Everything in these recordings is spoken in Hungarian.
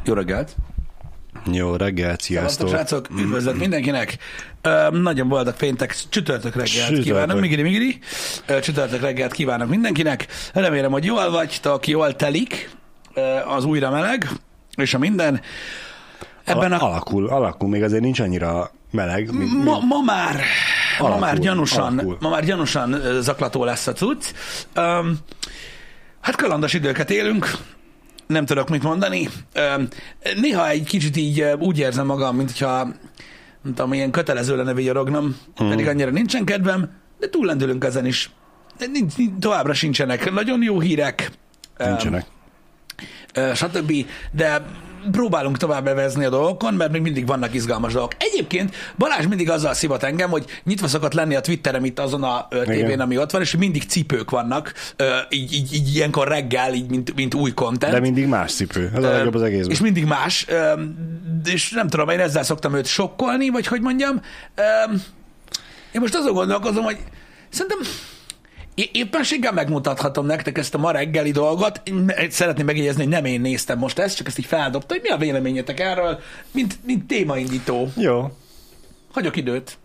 Jó reggelt! Jó reggelt, sziasztok! Srácok, üdvözlet mindenkinek! Nagyon boldog péntek, csütörtök reggelt kívánok, migiri. Csütörtök reggelt kívánok mindenkinek. Remélem, hogy jól vagytok, jól telik az újra meleg, és a minden. Ebben Alakul, még azért nincs annyira meleg. Ma már gyanúsan zaklató lesz a cucc. Hát kalandos időket élünk, nem tudok mit mondani. Néha egy kicsit így úgy érzem magam, mint hogyha nem tudom, ilyen kötelező lenne vigyorognom, pedig annyira nincsen kedvem, de túllendülünk ezen is. Továbbra sincsenek nagyon jó hírek. Nincsenek. Stb. De próbálunk tovább bevezni a dolgokon, mert még mindig vannak izgalmas dolgok. Egyébként Balázs mindig azzal szivat engem, hogy nyitva szokott lenni a Twitterem itt azon a tévén, ami ott van, és mindig cipők vannak, így ilyenkor reggel, így mint új content. De mindig más cipő. Ez a legjobb az egészben. És mindig más. És nem tudom, én ezzel szoktam őt sokkolni, vagy hogy mondjam. Én most azon gondolkozom, hogy szerintem éppenséggel megmutathatom nektek ezt a ma reggeli dolgot. Szeretném megjegyezni, hogy nem én néztem most ezt, csak ezt így feldobtam, hogy mi a véleményetek erről, mint témaindító. Jó. Hagyok időt.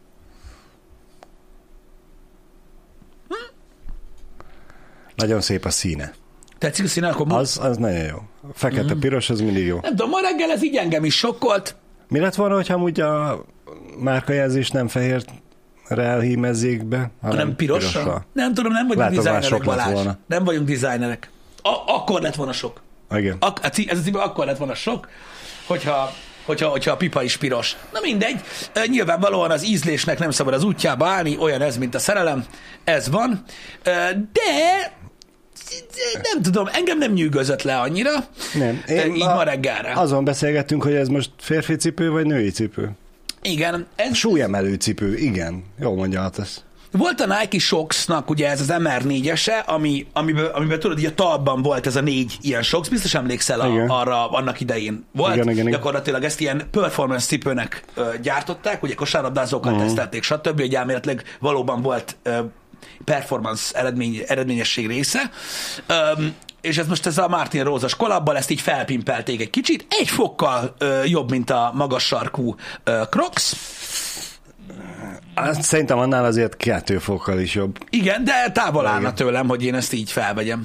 Nagyon szép a színe. Tetszik a színe? Akkor az nagyon jó. Fekete-piros, az mindig jó. Nem tudom, ma reggel ez így engem is sokkolt. Mi lett volna, hogyha amúgy a márkajelzés nem fehér elhímezzék be, hanem pirosra? Nem tudom, nem vagyunk designerek, Balázs. Nem vagyunk designerek. Akkor lett volna sok. Igen. Ez a címe akkor lett volna sok, hogyha a pipa is piros. Na mindegy, nyilvánvalóan az ízlésnek nem szabad az útjába állni, olyan ez, mint a szerelem. Ez van. De nem tudom, engem nem nyűgözött le annyira. Nem. Így ma reggelre. Azon beszélgettünk, hogy ez most férfi cipő, vagy női cipő. Igen. Súlyemelő cipő, igen. Jól mondja hát ezt. Volt a Nike Shox-nak ugye ez az MR4-ese, amiben tudod, hogy a talpban volt ez a 4 ilyen Shox, biztos emlékszel arra annak idején volt. Igen. Gyakorlatilag ezt ilyen performance cipőnek gyártották, ugye kosárlabdázókat tesztelték, stb., hogy elméletileg valóban volt performance eredményesség része. És ez a Martin Rose-as kollabbal, ezt így felpimpelték egy kicsit, egy fokkal jobb, mint a magas sarkú Crocs. Szerintem annál azért 2 fokkal is jobb. Igen, de távol állna tőlem, hogy én ezt így felvegyem.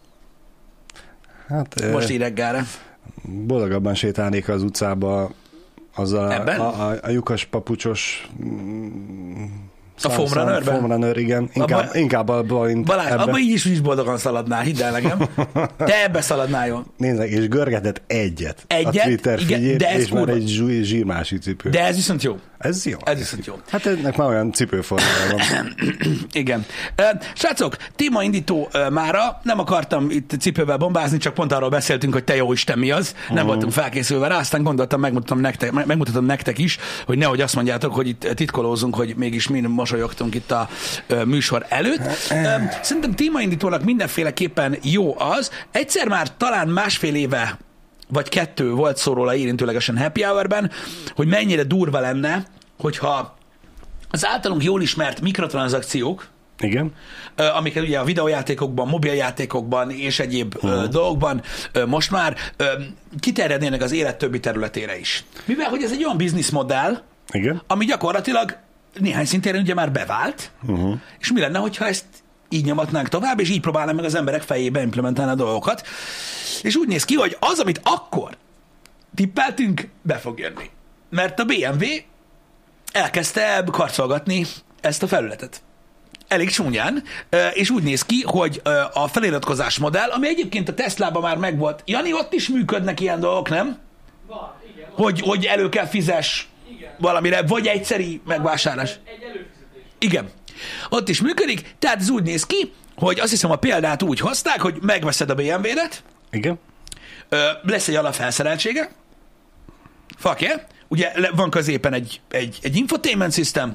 Hát, most így reggelre. Boldogabban sétálnék az utcába azzal a lyukas papucsos a foamrunnerben? Foamrunner, igen. Inkább abban, mint Balázs, abban így is boldogan szaladnál, hidd el nekem. Te ebbe szaladnál jól. Nézzek, és görgetett egyet a Twitter figyét, és már egy zsírmási cipő. De ez viszont jó. Ez jó. Ez viszont jó. Hát ennek már olyan cipőformája van. Igen. Srácok, témaindító mára. Nem akartam itt cipővel bombázni, csak pont arról beszéltünk, hogy te jó Isten mi az. Nem voltunk felkészülve rá, aztán gondoltam, megmutatom nektek is, hogy nehogy azt mondjátok, hogy itt titkolózunk, hogy mégis mi mosolyogtunk itt a műsor előtt. Szerintem témaindítónak mindenféleképpen jó az. Egyszer már talán másfél éve vagy 2 volt szó róla érintőlegesen Happy Hour-ben, hogy mennyire durva lenne, hogyha az általunk jól ismert mikrotranszakciók, igen, amiket ugye a videójátékokban, mobiljátékokban és egyéb dolgokban most már kiterjednének az élet többi területére is. Mivel, hogy ez egy olyan bizniszmodell, igen, ami gyakorlatilag néhány szintéren ugye már bevált, és mi lenne, hogyha ezt így nyomatnánk tovább, és így próbálnánk meg az emberek fejébe implementálni a dolgokat. És úgy néz ki, hogy az, amit akkor tippeltünk, be fog jönni. Mert a BMW elkezdte karcolgatni ezt a felületet. Elég csúnyán, és úgy néz ki, hogy a feliratkozás modell, ami egyébként a Teslában már megvolt. Jani, ott is működnek ilyen dolgok, nem? Van, igen. Hogy elő kell fizess valamire, vagy egyszeri megvásárlás. Egy előfizetés. Igen. Ott is működik, tehát ez úgy néz ki, hogy azt hiszem a példát úgy hozták, hogy megveszed a BMW-et, igen, lesz egy alapfelszereltsége, fuck yeah, ugye van középen egy infotainment system,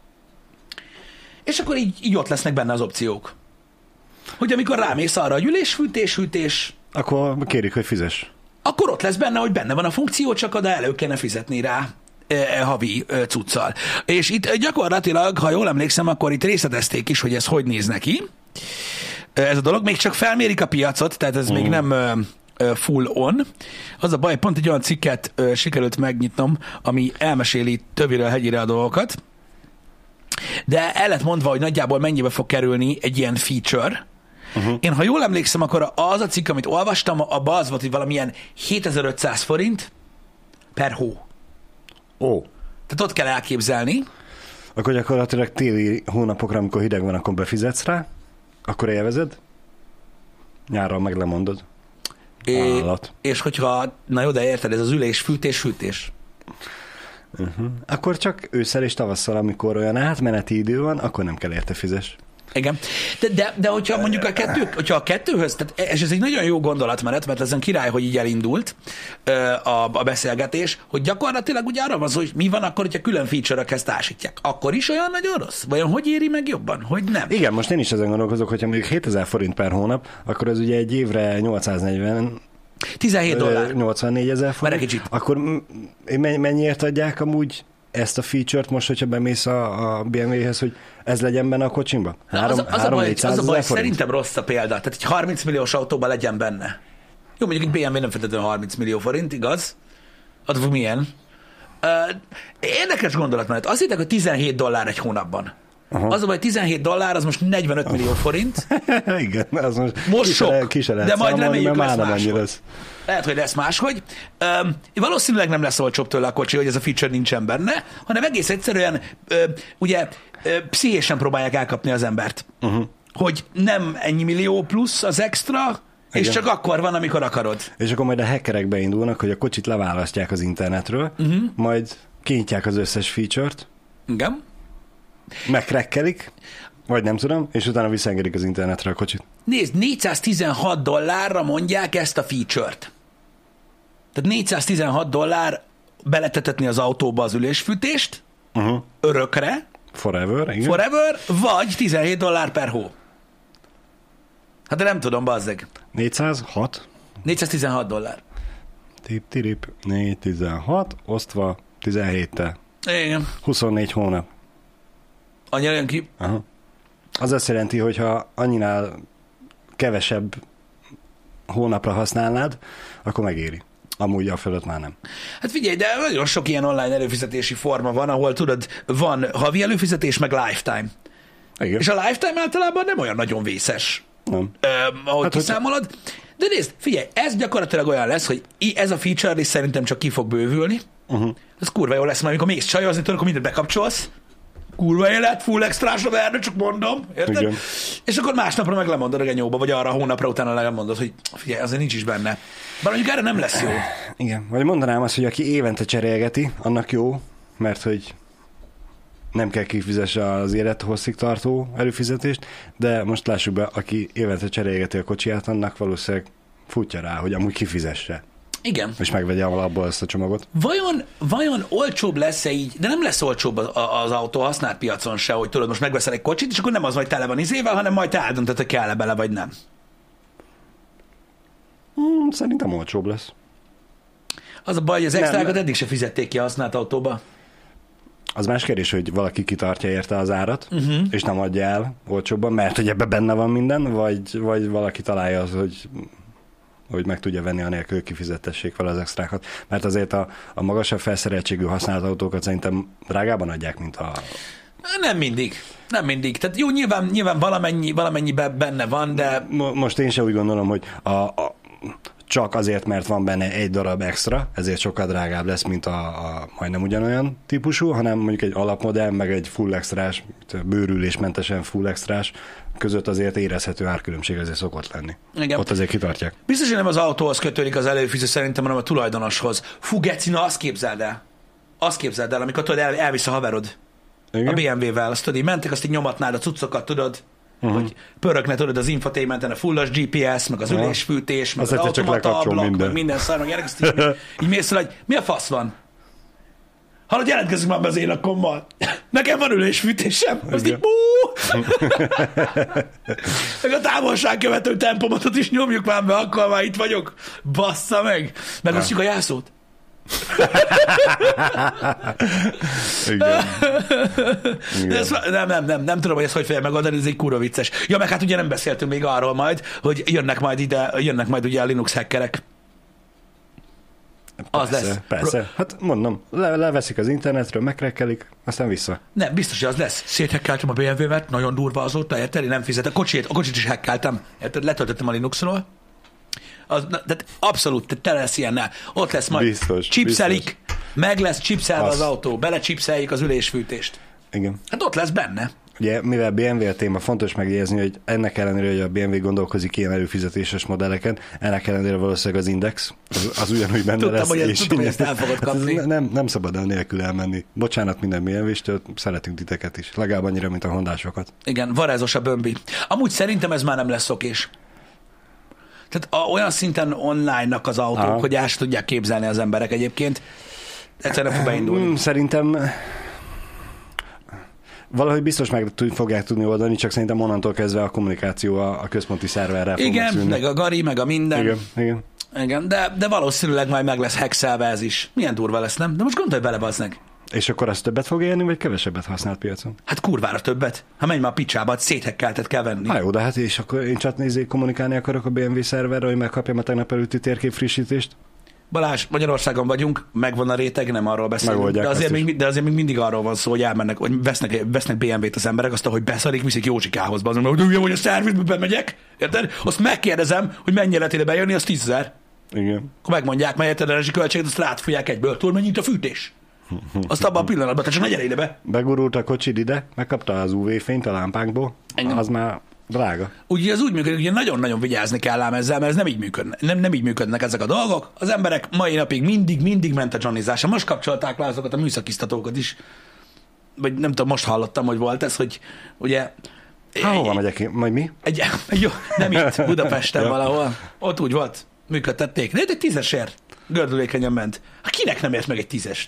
és akkor így ott lesznek benne az opciók. Hogy amikor rámész arra, hogy hűtés, akkor kérik, hogy fizess. Akkor ott lesz benne, hogy benne van a funkció, csak oda elő kellene fizetni rá havi cuccal. És itt gyakorlatilag, ha jól emlékszem, akkor itt részletezték is, hogy ez hogy néz neki. Ez a dolog még csak felmérik a piacot, tehát ez még nem full on. Az a baj, pont egy olyan cikket sikerült megnyitnom, ami elmeséli többire hegyire a dolgokat, de el lett mondva, hogy nagyjából mennyibe fog kerülni egy ilyen feature. Én, ha jól emlékszem, akkor az a cikk, amit olvastam, abban az volt, hogy valamilyen 7500 forint per hó. Ó. Tehát ott kell elképzelni. Akkor gyakorlatilag téli hónapokra, amikor hideg van, akkor befizetsz rá, akkor élvezed, nyáron meg lemondod. Állat. És hogyha, na jó, de érted, ez az ülés, fűtés. Akkor csak ősszel és tavasszal, amikor olyan átmeneti idő van, akkor nem kell érte fizes. Igen. De hogyha mondjuk a kettőhöz, tehát ez egy nagyon jó gondolatmenet, mert ezen király, hogy így elindult a beszélgetés, hogy gyakorlatilag ugye arra van szó, hogy mi van akkor, hogyha külön feature-ök ezt társítják. Akkor is olyan nagyon rossz? Vajon hogy éri meg jobban? Hogy nem? Igen, most én is ezen gondolkozok, hogyha mondjuk 7000 forint per hónap, akkor az ugye egy évre 840 $17. 84 000 forint. Akkor mennyiért adják amúgy ezt a feature-t most, hogyha bemész a BMW-hez, hogy ez legyen benne a kocsimba? Az a baj, szerintem rossz a példa. Tehát egy 30 milliós autóban legyen benne. Jó, mondjuk egy BMW nem feltétlenül 30 millió forint, igaz? Attól milyen? Érdekes gondolatmenet. Azt hittek, hogy $17 egy hónapban. Aha. Az a baj, $17 az most 45 millió forint. Igen, az most sok, de majd reméljük lesz máshogy. Lehet, hogy lesz máshogy. Valószínűleg nem lesz olcsóbb tőle a kocsi, hogy ez a feature nincsen benne, hanem egész egyszerűen ugye pszichésen próbálják elkapni az embert. Hogy nem ennyi millió plusz az extra, és csak akkor van, amikor akarod. És akkor majd a hackerek beindulnak, hogy a kocsit leválasztják az internetről, majd kinyitják az összes feature-t. Igen. Megkrekkelik, vagy nem tudom, és utána visszaengedik az internetre a kocsit. Nézd, $416 mondják ezt a feature-t. Tehát $416 beletetetni az autóba az ülésfűtést, örökre, Forever, igen. Forever, vagy $17 per hó. Hát de nem tudom, bazzeg. 406? $416. Tip-tirip, 416, osztva 17-tel. Igen. 24 hónap. Annyira jön ki. Aha. Az azt jelenti, hogyha annyinál kevesebb hónapra használnád, akkor megéri. Amúgy a fölött már nem. Hát figyelj, de nagyon sok ilyen online előfizetési forma van, ahol tudod, van havi előfizetés, meg lifetime. Igen. És a lifetime általában nem olyan nagyon vészes, nem. Ahogy hát, kiszámolod. De nézd, figyelj, ez gyakorlatilag olyan lesz, hogy ez a feature is szerintem csak ki fog bővülni. Ez kurva jó lesz, mert amikor mész csajozni, tudod, akkor mindent bekapcsolsz. Kurva élet, full extrásra verne, csak mondom, érted? Igen. És akkor másnapra meg lemondod a genyóba, vagy arra a hónapra utána lemondod, hogy figyelj, azért nincs is benne. Bár mondjuk erre nem lesz jó. Igen, vagy mondanám azt, hogy aki évente cserélgeti, annak jó, mert hogy nem kell kifizesse az élethosszig tartó előfizetést, de most lássuk be, aki évente cserélgeti a kocsiját, annak valószínűleg futja rá, hogy amúgy kifizesse. Igen. És megvegye alapból ezt a csomagot. Vajon olcsóbb lesz-e így, de nem lesz olcsóbb az autó használt piacon se, hogy tudod, most megveszel egy kocsit, és akkor nem az, hogy tele van izével, hanem majd te eldöntöd, hogy kell-e bele, vagy nem. Szerintem olcsóbb lesz. Az a baj, hogy az extrákat eddig se fizették ki a használt autóba. Az más kérdés, hogy valaki kitartja érte az árat, és nem adja el olcsóbban, mert hogy ebben benne van minden, vagy valaki találja az, hogy meg tudja venni anélkül, kifizetessék fel az extrákat. Mert azért a magasabb felszereltségű használt autókat szerintem drágában adják, mint a... Nem mindig. Tehát jó, nyilván valamennyi benne van, de... Most én sem úgy gondolom, hogy csak azért, mert van benne egy darab extra, ezért sokkal drágább lesz, mint a majdnem ugyanolyan típusú, hanem mondjuk egy alapmodell, meg egy full extrás, bőrülésmentesen full extrás között azért érezhető árkülönbség azért szokott lenni. Igen. Ott azért kitartják. Biztos, hogy nem az autóhoz kötődik az előfizető szerintem, hanem a tulajdonoshoz. Fú, geci, na azt képzeld el, amikor tudod, elvisz a haverod. Igen? A BMW-vel, azt tudod, így mentek, azt így nyomatnád a cuccokat, tudod, hogy pörögne, tudod, az infotainmenten a fullos GPS, meg az ülésfűtés, meg az automata ablak, meg minden szar, meg gyerek, így mész fel, hogy mi a fasz van? Hallod, jelentkezzünk már be az élakommal. Nekem van ülésfűtésem. Azt így, meg a távolságkövető tempomatot is nyomjuk már be, akkor már itt vagyok. Bassza meg. Megosztjuk a jászót. Igen. Igen. Nem tudom, hogy ezt hogy fogja megoldani, ez egy kurva vicces. Ja, meg hát ugye nem beszéltünk még arról majd, hogy jönnek majd ugye a Linux hackerek. Az Persze, lesz. persze. Hát mondom, leveszik az internetről, megrekkelik, aztán vissza. Nem, biztos, hogy az lesz. Széthekkeltem a BMW-vet, nagyon durva azóta, érted? Én nem fizet. A kocsit is hekkeltem, érted? Letöltöttem a Linuxról. Tehát abszolút, te lesz ilyennel. Ott lesz majd Biztos, chipszelik, biztos. meg lesz chipszelve az autó, belecsipszeljük az ülésfűtést. Igen. Hát ott lesz benne. Ugye, mivel BMW a téma, fontos megjegyezni, hogy ennek ellenére, hogy a BMW gondolkozik ilyen előfizetéses modelleken, ennek ellenére valószínűleg az Index, az ugyanúgy benne Tudtam, lesz. hogy ezt el fogod kapni. Nem szabad el nélkül elmenni. Bocsánat minden BMW-stől, szeretünk titeket is. Legalább annyira, mint a hondásokat. Igen, varázsos a bömbi. Amúgy szerintem ez már nem lesz szokés. Tehát olyan szinten online-nak az autók, Aha. hogy el sem tudják képzelni az emberek egyébként. Egyszerűen fog beindulni. Szerintem valahogy biztos meg fogják tudni oldani, csak szerintem onnantól kezdve a kommunikáció a központi szerverrel fog Igen, megszűnni. meg a Gari, meg a minden. Igen. Igen, de valószínűleg majd meg lesz hexelve ez is. Milyen durva lesz, nem? De most gondolj bele, bazdmeg. És akkor az többet fog érni, vagy kevesebbet használt piacon? Hát kurvára többet. Ha menj már a picsába, széthekkeltet kell venni. Na jó, de hát és akkor én csak kommunikálni akarok a BMW szerverre, hogy megkapjam a tegnap előtti térkép frissítést? Balázs, Magyarországon vagyunk, megvan a réteg, nem arról beszélünk. Megoldják De azért még mindig arról van szó, hogy elmennek, hogy vesznek BMW-t az emberek, azt, hogy beszarik, viszik Józsikához. Azon, hogy ugye, hogy a szervizbe bemegyek, érted? Azt megkérdezem, hogy mennyi lehet ide bejönni, az 10 000. Igen. Akkor megmondják, melyet a rezsi költséget, azt rátfújják egyből. Tudod, mennyit a fűtés? Azt abban a pillanatban, te csak ne gyere ide be. Begurult a kocsid ide, megkapta az UV-fényt a lámpánkból, Engem. az már drága. Ugye ez úgy működik, hogy nagyon-nagyon vigyázni kell ám ezzel, mert ez nem így működne. Nem így működnek ezek a dolgok. Az emberek mai napig mindig ment a johnnyzása. Most kapcsolták le azokat a műszakiztatókat is. Vagy nem tudom, most hallottam, hogy volt ez, hogy ugye... Hova megyek én? Majd mi? Jó, nem itt, Budapesten Ja. valahol. Ott úgy volt, működtették. De egy 10-esért gördülékenyen ment. Hát kinek nem ért meg egy 10-est?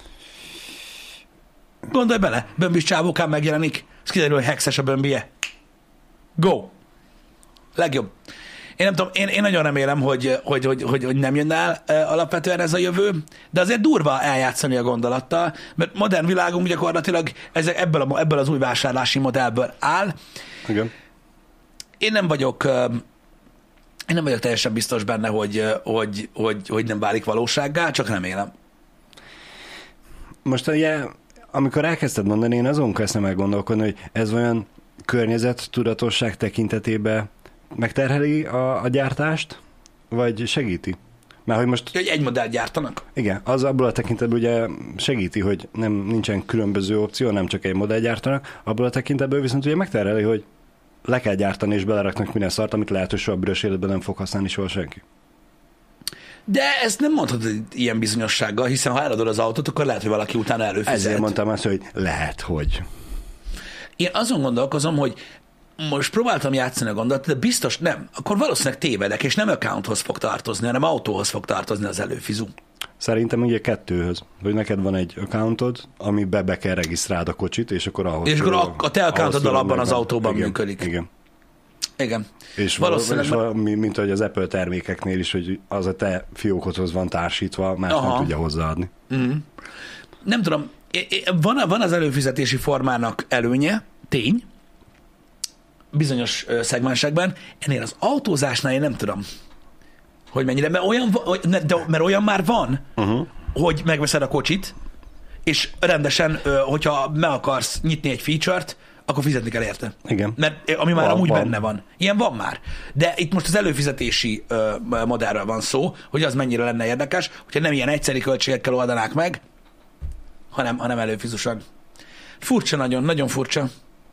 Gondolj bele, bömbis csávókán megjelenik, ez kiderül, hogy hexes a bömbije. Go! Legjobb. Én nem tudom, én nagyon remélem, hogy nem jön el alapvetően ez a jövő, de azért durva eljátszani a gondolattal, mert modern világunk gyakorlatilag ebből az új vásárlási modellből áll. Igen. Én nem vagyok teljesen biztos benne, hogy nem válik valósággá, csak remélem. Most ugye, amikor elkezdted mondani, én azon kezdtem el gondolkodni, hogy ez olyan környezettudatosság tekintetében megterheli a gyártást, vagy segíti? Mert hogy most... Hogy egy modellt gyártanak? Igen, az abból a tekintetben ugye segíti, hogy nincsen különböző opció, nem csak egy modell gyártanak, abból a tekintetben viszont ugye megterheli, hogy le kell gyártani és beleraknak minden szart, amit lehet, hogy soha büdös életben nem fog használni soha senki. De ezt nem mondhatod ilyen bizonyossággal, hiszen ha eladod az autót, akkor lehet, hogy valaki utána előfizet. Ezért mondtam azt, hogy lehet, hogy. Én azon gondolkozom, hogy most próbáltam játszani a gondolatot, de biztos nem. Akkor valószínűleg tévedek, és nem accounthoz fog tartozni, hanem autóhoz fog tartozni az előfizu. Szerintem ugye kettőhöz, hogy neked van egy accountod, amiben be kell regisztráld a kocsit, és akkor ahhoz... És akkor a te accountoddal abban megvan. az autóban Igen, működik. Igen. Igen. És Valószínűleg... mint ahogy az Apple termékeknél is, hogy az a te fiókodhoz van társítva, más nem tudja hozzáadni. Mm. Nem tudom, van az előfizetési formának előnye, tény, bizonyos szegmensekben, ennél az autózásnál én nem tudom, hogy mennyire, mert olyan már van, hogy megveszed a kocsit, és rendesen, hogyha meg akarsz nyitni egy feature-t, akkor fizetni kell érte. Igen. Mert ami már amúgy benne van. Ilyen van már. De itt most az előfizetési modellről van szó, hogy az mennyire lenne érdekes, hogyha nem ilyen egyszeri költségekkel oldanák meg, hanem előfizusan. Furcsa nagyon, nagyon furcsa.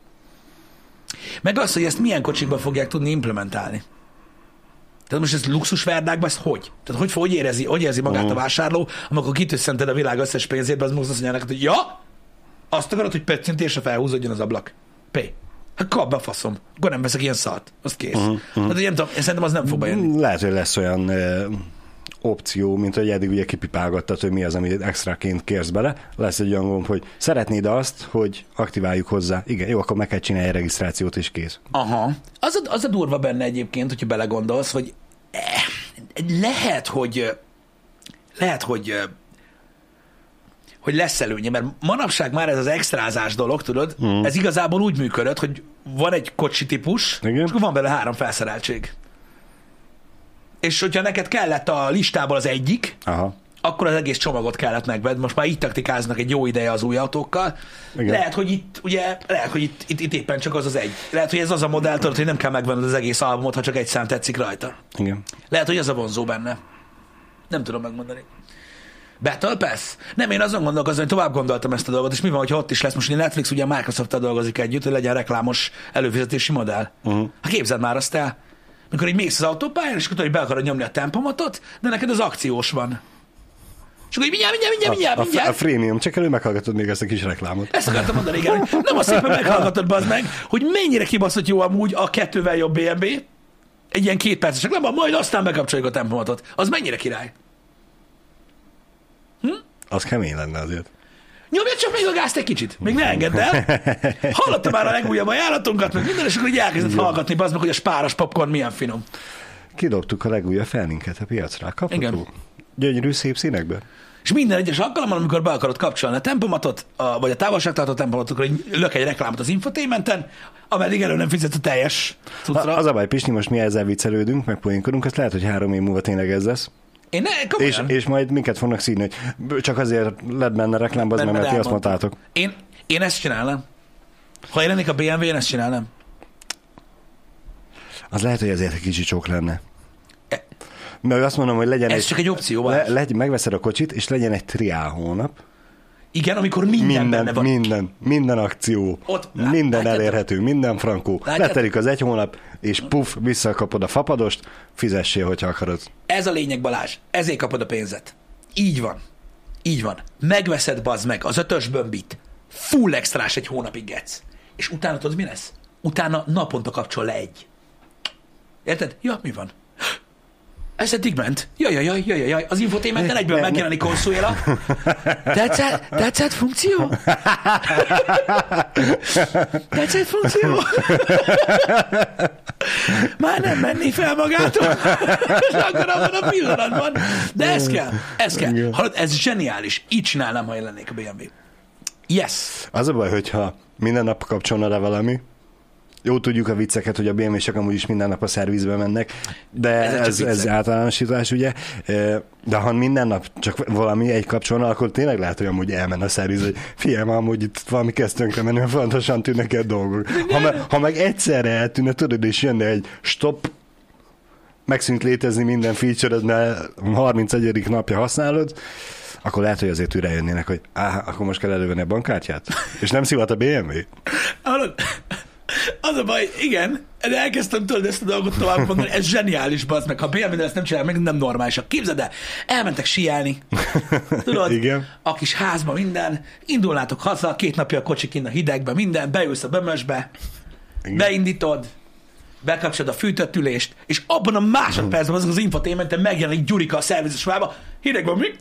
Meg az, hogy ezt milyen kocsikban fogják tudni implementálni. Tehát most ez luxusverdákban, ez hogy? Tehát hogy érzi magát a vásárló, amikor kitüsszented a világ összes pénzét, az most azt mondja neked, hogy ja, azt akarod, hogy pöccintésre felhúzódjon az ablak. Hát kap be a faszom. Akkor nem veszek ilyen szart. Azt kész. Hát, nem tudom, szerintem az nem fog bejönni. Lehet, hogy lesz olyan opció, mint hogy eddig ugye kipipálgattad, hogy mi az, amit extraként kérsz bele. Lesz egy olyan gomb, hogy szeretnéd azt, hogy aktiváljuk hozzá. Igen, jó, akkor meg kell csinálni egy regisztrációt, és kész. Aha. Az a durva benne egyébként, hogyha belegondolsz, hogy lehet, hogy hogy lesz előnye, mert manapság már ez az extrázás dolog, tudod, ez igazából úgy működött, hogy van egy kocsi típus, Igen. és akkor van belőle 3 felszereltség. És hogyha neked kellett a listából az egyik, Aha. akkor az egész csomagot kellett megvedd. Most már így taktikáznak egy jó ideje az új autókkal. Igen. Lehet, hogy itt, ugye, itt éppen csak az egy. Lehet, hogy ez az a modell, tudod, hogy nem kell megvenned az egész albumot, ha csak egy szám tetszik rajta. Igen. Lehet, hogy ez a vonzó benne. Nem tudom megmondani. Battle Pass? Nem, én azon gondolkozom, hogy tovább gondoltam ezt a dolgot, és mi van, hogyha ott is lesz. Most ugye Netflix ugye a Microsoft-tal dolgozik együtt, hogy legyen reklámos előfizetési modell. Hát képzeld már azt el, mikor így mész az autópályán, és akkor tudod, hogy be akarod nyomni a tempomatot, de neked az akciós van. És akkor így mindjárt. A freemium, csak elő meghallgatod még ezt a kis reklámot. Ezt akartam mondani, igen, hogy nem azt szépen meghallgatod, bazd meg, hogy mennyire kibaszott jó amúgy a 2-vel jobb BMW, egy ilyen 2 perces reklám, majd aztán bekapcsoljuk a tempomatot. Az mennyire király? Az kemény lenne azért. Nyomja csak még a gázt egy kicsit, még ne engedd el. Hallotta már a legújabb ajánlatunkat, meg minden, és akkor így elkezdett hallgatni, bazd meg, hogy a spáros popcorn milyen finom. Kidobtuk a legújabb felninket a piacra. Kapható. Igen. Gyönyörű, szép színekben. És minden egyes alkalommal, amikor be akarod kapcsolni a tempomatot, vagy a távolságtartó tempomatot, akkor lök egy reklámot az infotainmenten, ameddig elő nem fizet a teljes cuccra. Az a baj, Pisti, most mi ezzel viccelődünk, meg poénkodunk, azt lehet, hogy 3 év múlva tényleg ez lesz. Én ne, komolyan. És majd minket fognak színi, hogy csak azért lett benne reklámba, az mert ti azt mondtátok. Én ezt csinálnám. Ha én lennék a BMW, én ezt csinálnám. Az lehet, hogy ezért egy kicsit sok lenne. Mert azt mondom, hogy legyen ez csak egy opció. Megveszed a kocsit, és legyen egy triál hónap. Igen, amikor minden benne van. Minden akció, ott, minden elérhető, minden frankó. Letelik az 1 hónap, és puf, visszakapod a fapadost, fizessél, hogyha akarod. Ez a lényeg, Balázs. Ezért kapod a pénzet. Így van. Így van. Megveszed, bazd meg, az 5-ös bömbit. Full extrás 1 hónapig getsz. És utána tudod, mi lesz? Utána naponta kapcsol le 1. Érted? Ja, mi van? Ez eddig ment. Jaj. Az infotainmenten egyből megjelenik konszolja. Tetszett funkció? Tetszett funkció? Már nem menni fel magától. És akkor abban a pillanatban. De ez kell. Hallod, ez zseniális. Így csinálnám, ha én lennék a BMW. Yes. Az a baj, hogyha minden nap kapcsolna le valami, jó, tudjuk a vicceket, hogy a BMW-sek amúgy is minden nap a szervizbe mennek, de ez általánosítás, ugye. De ha minden nap csak valami egy kapcsolna, akkor tényleg lehet, hogy amúgy elmen a szerviz, hogy figyelj, amúgy itt valami kezd tönkre menni, mert fontosan tűnnek el dolgok. Ha meg egyszerre eltűnne, tudod, és jönne egy stop, megszűnt létezni minden feature-ed, mert 31. napja használod, akkor lehet, hogy azért újra jönnének, hogy akkor most kell elővenni a bankkártyát, és nem szivat a BMW. Az a baj, igen, de elkezdtem tőled ezt a dolgot tovább mondani, ez zseniális, bazd meg, ha BMW ezt nem csinál, meg nem normálisak. Képzeld el, elmentek síelni, tudod, igen. A kis házba minden, indulnátok haza, 2 napja a kocsi kint a hidegbe, minden, beülsz a bömösbe, igen. Beindítod, bekapcsolod a fűtött ülést, és abban a másodpercben az infotainmenten megjelenik Gyurika a szervizes vába, hideg van mi?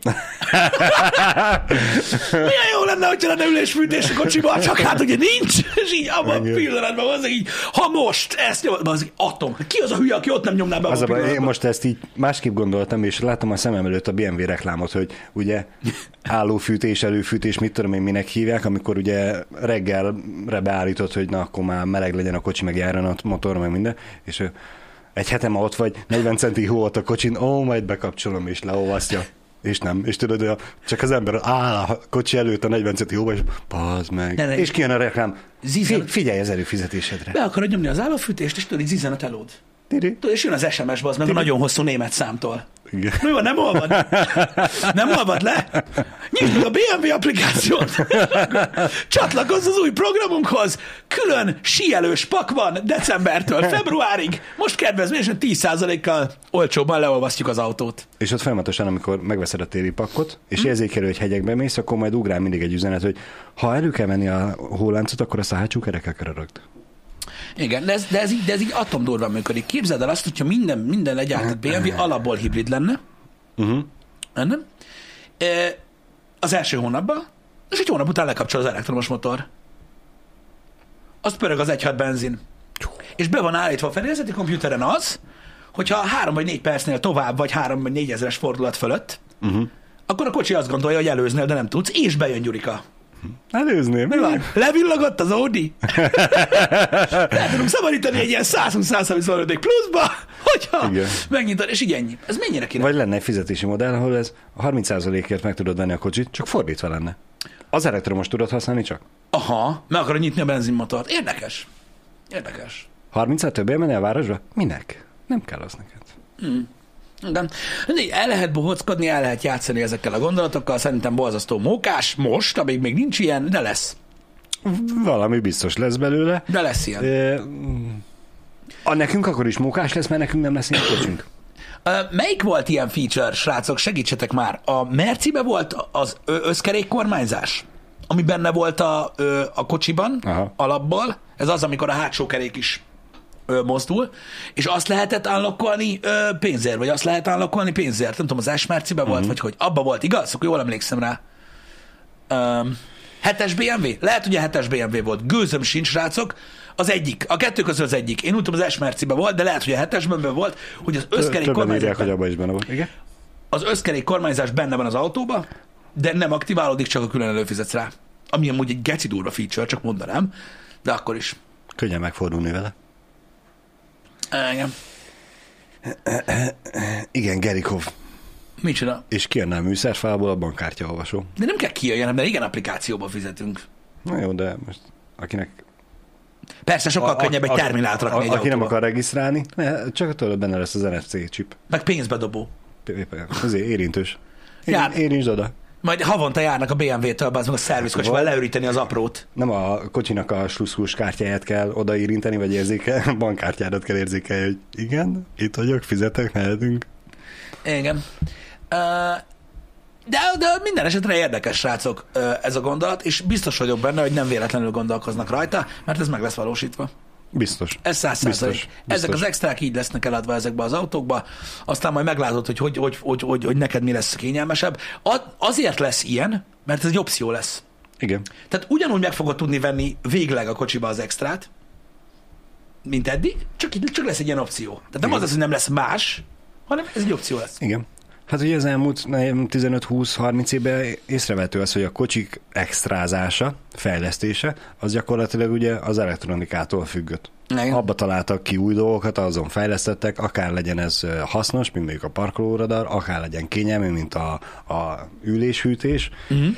Milyen jó lenne, hogyha lenne ülésfűtés a kocsiban, csak hát ugye nincs, és így abban a pillanatban az így, ha most ezt nyomod, az atom. Ki az a hülye, aki ott nem nyomná be az a baj, én most ezt így másképp gondoltam, és látom a szemem előtt a BMW reklámot, hogy ugye állófűtés, előfűtés, mit tudom én minek hívják, amikor ugye reggelre beállított, hogy na akkor már meleg legyen a kocsi, meg járjon a motor, meg minden, és egy hete ma ott vagy, 40 centi hó ott a kocsin, majd bekapcsolom és leolvasztja. És nem. És tudod, csak az ember áll a kocsi előtt a 40 centi hóba, és bazd meg. Ne. És kijön a reklám. Figyelj az előfizetésedre. Be akarod nyomni az állófűtést, és tudod, így zizzen a telód. És jön az SMS-be, az meg a nagyon hosszú német számtól. Igen. Mi van, nem olvad? Nem olvad le? Nyisd meg a BMW applikációt. Csatlakozz az új programunkhoz. Külön síelős pak van decembertől februárig. Most kedvezményesen 10%-kal olcsóbban leolvasztjuk az autót. És ott folyamatosan, amikor megveszed a téli pakkot, és érzékelő, hogy hegyekbe mész, akkor majd ugrál mindig egy üzenet, hogy ha elő kell menni a hóláncot, akkor azt a hátsó kerekekre rakd. Igen, de ez így atomdurván működik. Képzeld el azt, hogyha minden legyártott BMW alapból hibrid lenne, nem? Az első hónapban, és 1 hónap után lekapcsol az elektromos motor. Azt pörög az 1.6 benzin. És be van állítva a fedélzeti komputeren az, hogyha 3 vagy 4 percnél tovább, vagy 3 vagy 4 ezeres fordulat fölött, akkor a kocsi azt gondolja, hogy előznél, de nem tudsz, és bejön Gyurika. Előzném. Mi van? Levillogott az Audi? Le tudunk szabadítani egy ilyen 120-130 pluszba, hogyha megnyitod, és így ennyi. Ez mennyire kéne? Vagy lenne egy fizetési modell, ahol ez a 30%-ért meg tudod venni a kocsit, csak fordítva lenne. Az elektromos tudod használni csak? Aha, meg akarod nyitni a benzinmotort. Érdekes. Érdekes. 30-al többé menni a városba? Minek? Nem kell az neked. De el lehet bohockodni, el lehet játszani ezekkel a gondolatokkal, szerintem borzasztó mókás, most, amíg még nincs ilyen, de lesz. Valami biztos lesz belőle. De lesz ilyen. Nekünk akkor is mókás lesz, mert nekünk nem lesz ilyen kocsink. Melyik volt ilyen feature, srácok? Segítsetek már. A Mercibe volt az összkerék kormányzás, ami benne volt a kocsiban, alapból. Ez az, amikor a hátsó kerék is mozdul, és azt lehetett unlockolni pénzért, vagy azt lehet unlockolni pénzért. Nem tudom, az S-Mercibe volt, vagy hogy abba volt, igaz? Akkor jól emlékszem rá. 7-es BMW? Lehet, hogy a 7-es BMW volt. Gőzöm sincs, srácok. Az egyik. A kettő közül az egyik. Én úgy tudom, az S-Mercibe volt, de lehet, hogy a 7-esben volt, hogy az összkerék kormányzás. Hogy abban is benne volt. Igen? Az összkerék kormányzás benne van az autóba, de nem aktiválódik, csak a külön előfizetsz rá. Ami amúgy egy geci durva feature, csak mondanám, de akkor is. Könnyen megfordulni vele. Igen. Igen, Gerikov. Micsoda? És kijönne a műszerfából a bankkártyaolvasó. De nem kell kijöjjön, mert igen, applikációban fizetünk. Na jó, de most akinek... Persze, sokkal könnyebb egy terminált rakni egy Aki autóba. nem akar regisztrálni, csak tőle benne lesz az NFC chip. Meg pénzbedobó. Azért érintős. Jár. Érintsd oda. Majd havonta járnak a BMW-től, az meg a szervizkocsival leüríteni az aprót. Nem a kocsinak a sluszkus kártyáját kell odaérinteni, vagy érzékelni, a bankkártyádat kell érzékelni, hogy igen, itt vagyok, fizetek, mehetünk. Igen. De minden esetre érdekes, srácok, ez a gondolat, és biztos vagyok benne, hogy nem véletlenül gondolkoznak rajta, mert ez meg lesz valósítva. Biztos. Ez 100%. Ezek az extrák így lesznek eladva ezekbe az autókba, aztán majd meglátod, hogy neked mi lesz kényelmesebb. Azért lesz ilyen, mert ez egy opció lesz. Igen. Tehát ugyanúgy meg fogod tudni venni végleg a kocsiba az extrát, mint eddig, csak lesz egy ilyen opció. Tehát nem az, hogy nem lesz más, hanem ez egy opció lesz. Igen. Hát ugye az elmúlt 15-20-30 évben észrevehető az, hogy a kocsik extrázása, fejlesztése, az gyakorlatilag ugye az elektronikától függött. Igen. Abba találtak ki új dolgokat, azon fejlesztettek, akár legyen ez hasznos, mint mondjuk a parkolóradar, akár legyen kényelmű, mint a üléshűtés,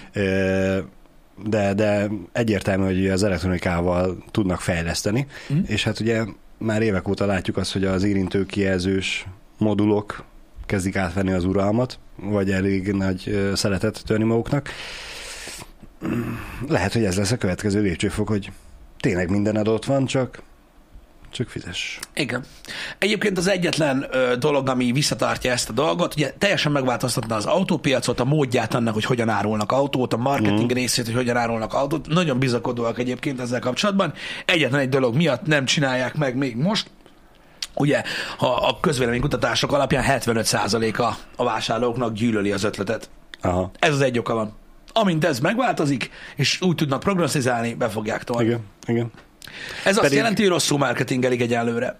de egyértelmű, hogy az elektronikával tudnak fejleszteni, és hát ugye már évek óta látjuk azt, hogy az érintőkijelzős modulok kezdik átvenni az uralmat, vagy elég nagy szeretet törni maguknak. Lehet, hogy ez lesz a következő lépcsőfok, hogy tényleg mindened ott van, csak fizess. Igen. Egyébként az egyetlen dolog, ami visszatartja ezt a dolgot, ugye teljesen megváltoztatna az autópiacot, a módját annak, hogy hogyan árulnak autót, a marketing részét, hogy hogyan árulnak autót. Nagyon bizakodóak egyébként ezzel kapcsolatban. Egyetlen egy dolog miatt nem csinálják meg még most. Ugye, ha a közvéleménykutatások alapján 75%-a a vásárlóknak gyűlöli az ötletet. Aha. Ez az egy oka van. Amint ez megváltozik, és úgy tudnak prognosztizálni, be fogják tolni. Igen. Ez azt jelenti, hogy rosszul marketingelik egyelőre.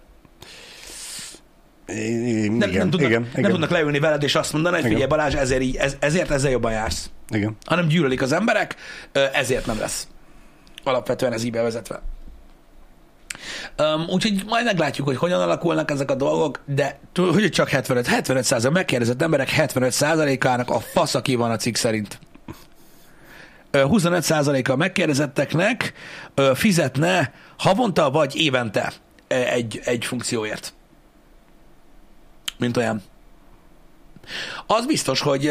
Nem tudnak leülni veled, és azt mondani, hogy figyelj Balázs, ezért ezzel jobban jársz. Igen. Hanem gyűlölik az emberek, ezért nem lesz. Alapvetően ez így bevezetve. Úgyhogy majd meglátjuk, hogy hogyan alakulnak ezek a dolgok, de hogy csak 75% megkérdezett emberek 75%-ának a fasz, aki van a cikk szerint. 25%-a megkérdezetteknek fizetne havonta vagy évente egy funkcióért. Mint olyan. Az biztos, hogy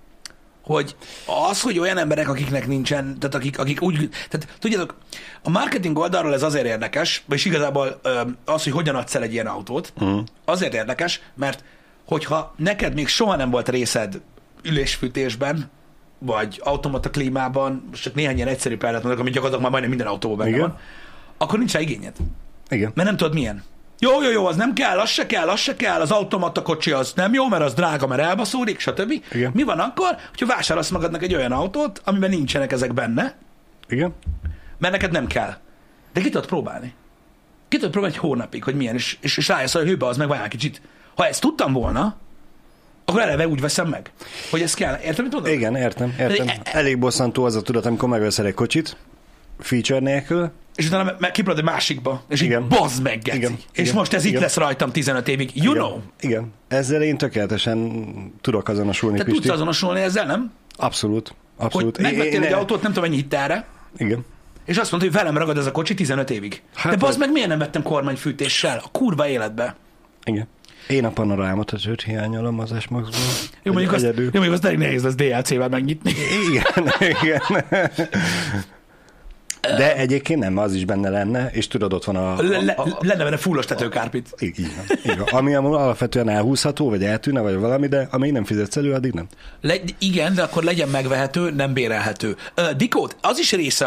olyan emberek, akiknek nincsen, tehát akik úgy, tehát tudjátok, a marketing oldalról ez azért érdekes, és igazából az, hogy hogyan adsz el egy ilyen autót, azért érdekes, mert hogyha neked még soha nem volt részed ülésfűtésben, vagy automata klímában, most csak néhány ilyen egyszerű példát mondok, amit gyakorlatilag már majdnem minden autóban benne van, akkor nincs rá igényed. Igen. Mert nem tudod milyen. Jó, az nem kell, az se kell, az automata kocsi az nem jó, mert az drága, mert elbaszódik, stb. Igen. Mi van akkor, hogyha vásárolsz magadnak egy olyan autót, amiben nincsenek ezek benne, Igen. mert neked nem kell. De ki tudod próbálni. Ki tudod próbálni egy hónapig, hogy milyen, és rájössz, hogy hőbe az meg várjál kicsit. Ha ezt tudtam volna, akkor eleve úgy veszem meg, hogy ez kell. Értem, mit mondom? Igen, értem. Elég bosszantó az a tudat, amikor megveszel egy kocsit, feature nélkül. És utána kiprodod egy másikba, és Igen. így bazd meg, geci. Igen. És Igen. most ez itt Igen. lesz rajtam 15 évig. You Igen. know? Igen. Ezzel én tökéletesen tudok azonosulni, Te Pisti. tudsz azonosulni ezzel, nem? Abszolút. Abszolút. Hogy megvettél egy autót, nem tudom mennyi hittelre, Igen. és azt mondta, hogy velem ragad ez a kocsi 15 évig. Hát, De bazd meg, miért nem vettem kormányfűtéssel? A kurva életbe. Igen. Én a panorámat azért hiányolom az S-Maxból. Jó, mondjuk azt elég nehéz lesz DLC-vel megnyitni. Igen, igen. De egyébként nem, az is benne lenne, és tudod, ott van Lenne benne fullos tetőkárpit. így van. Ami alapvetően elhúzható, vagy eltűnne, vagy valami, de amíg nem fizetsz elő, addig nem. Igen, de akkor legyen megvehető, nem bérelhető. Dikót, az is része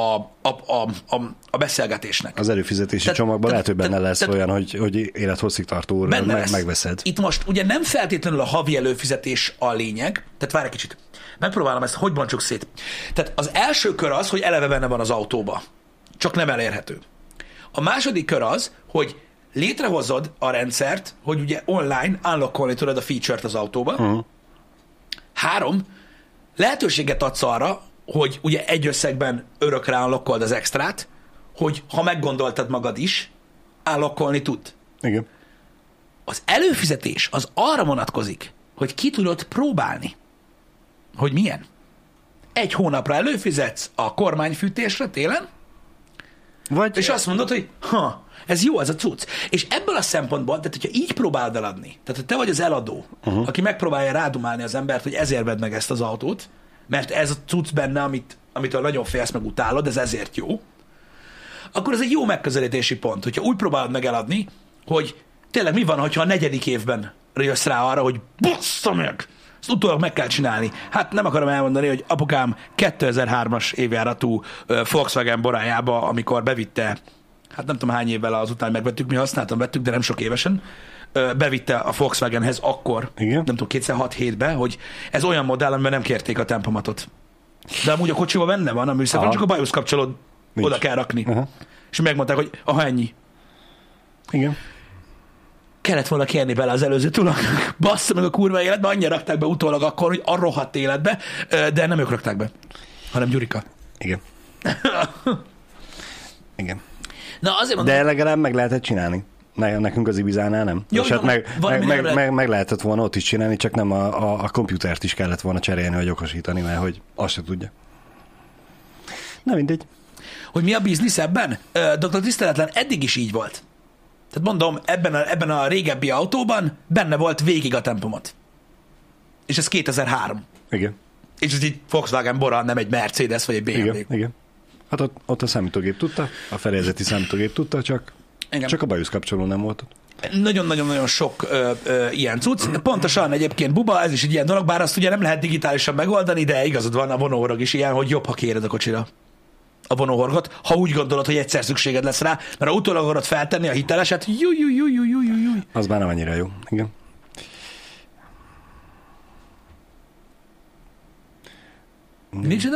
a beszélgetésnek. Az előfizetési csomagban lehet, hogy benne lesz olyan, hogy élethosszig tartó megveszed. Itt most ugye nem feltétlenül a havi előfizetés a lényeg, tehát várj egy kicsit. Megpróbálom ezt, hogy bontsuk szét. Tehát az első kör az, hogy eleve benne van az autóba, csak nem elérhető. A második kör az, hogy létrehozod a rendszert, hogy ugye online unlockolni tudod a feature-t az autóba. Uh-huh. 3, lehetőséget adsz arra, hogy ugye egy összegben örökre unlockold az extrát, hogy ha meggondoltad magad is, unlockolni tud. Igen. Az előfizetés az arra vonatkozik, hogy ki tudod próbálni. Hogy milyen? 1 hónapra előfizetsz a kormányfűtésre télen, és azt mondod, hogy ez jó, ez a cucc. És ebből a szempontból, tehát hogyha így próbálod eladni, tehát hogy te vagy az eladó, aki megpróbálja rádumálni az embert, hogy ezért vedd meg ezt az autót, mert ez a cucc benne, amitől nagyon félsz meg utálod, ez ezért jó, akkor ez egy jó megközelítési pont, hogyha úgy próbálod meg eladni, hogy tényleg mi van, hogyha a 4. évben jössz rá arra, hogy bassza meg, ezt utólag meg kell csinálni. Hát nem akarom elmondani, hogy apukám 2003-as évjáratú Volkswagen borájába, amikor bevitte, hát nem tudom hány évvel azután megvettük, mi használtan vettük, de nem sok évesen, bevitte a Volkswagenhez akkor, igen? nem tudom, 2006-7-ben, hogy ez olyan modell, amiben nem kérték a tempomatot. De amúgy a kocsiban benne van a műszerben, csak a BIOS kapcsolód oda kell rakni. Uh-huh. És megmondták, hogy ennyi. Igen. Kellett volna kérni bele az előző tulajnak. Bassza meg a kurva életbe, annyira rakták be utólag akkor, hogy a rohadt életbe, de nem ők rakták be, hanem Gyurika. Igen. Igen. Na, azért mondom, de legalább meg lehetett csinálni. Nekünk az Ibizánál nem. Jó, és jó, hát meg lehetett volna ott is csinálni, csak nem a komputert is kellett volna cserélni, vagy okosítani, mert hogy azt se tudja. Na mindegy. Hogy mi a biznisz ebben? Dr. Tiszteletlen, eddig is így volt. Tehát mondom, ebben a régebbi autóban benne volt végig a tempomat. És ez 2003. Igen. És ez így Volkswagen Bora, nem egy Mercedes vagy egy BMW. Igen, igen. Hát ott a számítógép tudta, a fedélzeti számítógép tudta, csak a BIOS kapcsoló nem volt ott. Nagyon-nagyon sok ilyen cucc. Pontosan egyébként buba, ez is egy ilyen dolog, bár azt ugye nem lehet digitálisan megoldani, de igazad van, a vonóhorog is ilyen, hogy jobb, ha kéred a kocsira a vonóhorgot, ha úgy gondolod, hogy egyszer szükséged lesz rá, mert ha utólag akarod feltenni a hiteleset, az már nem annyira jó, igen. Micsoda?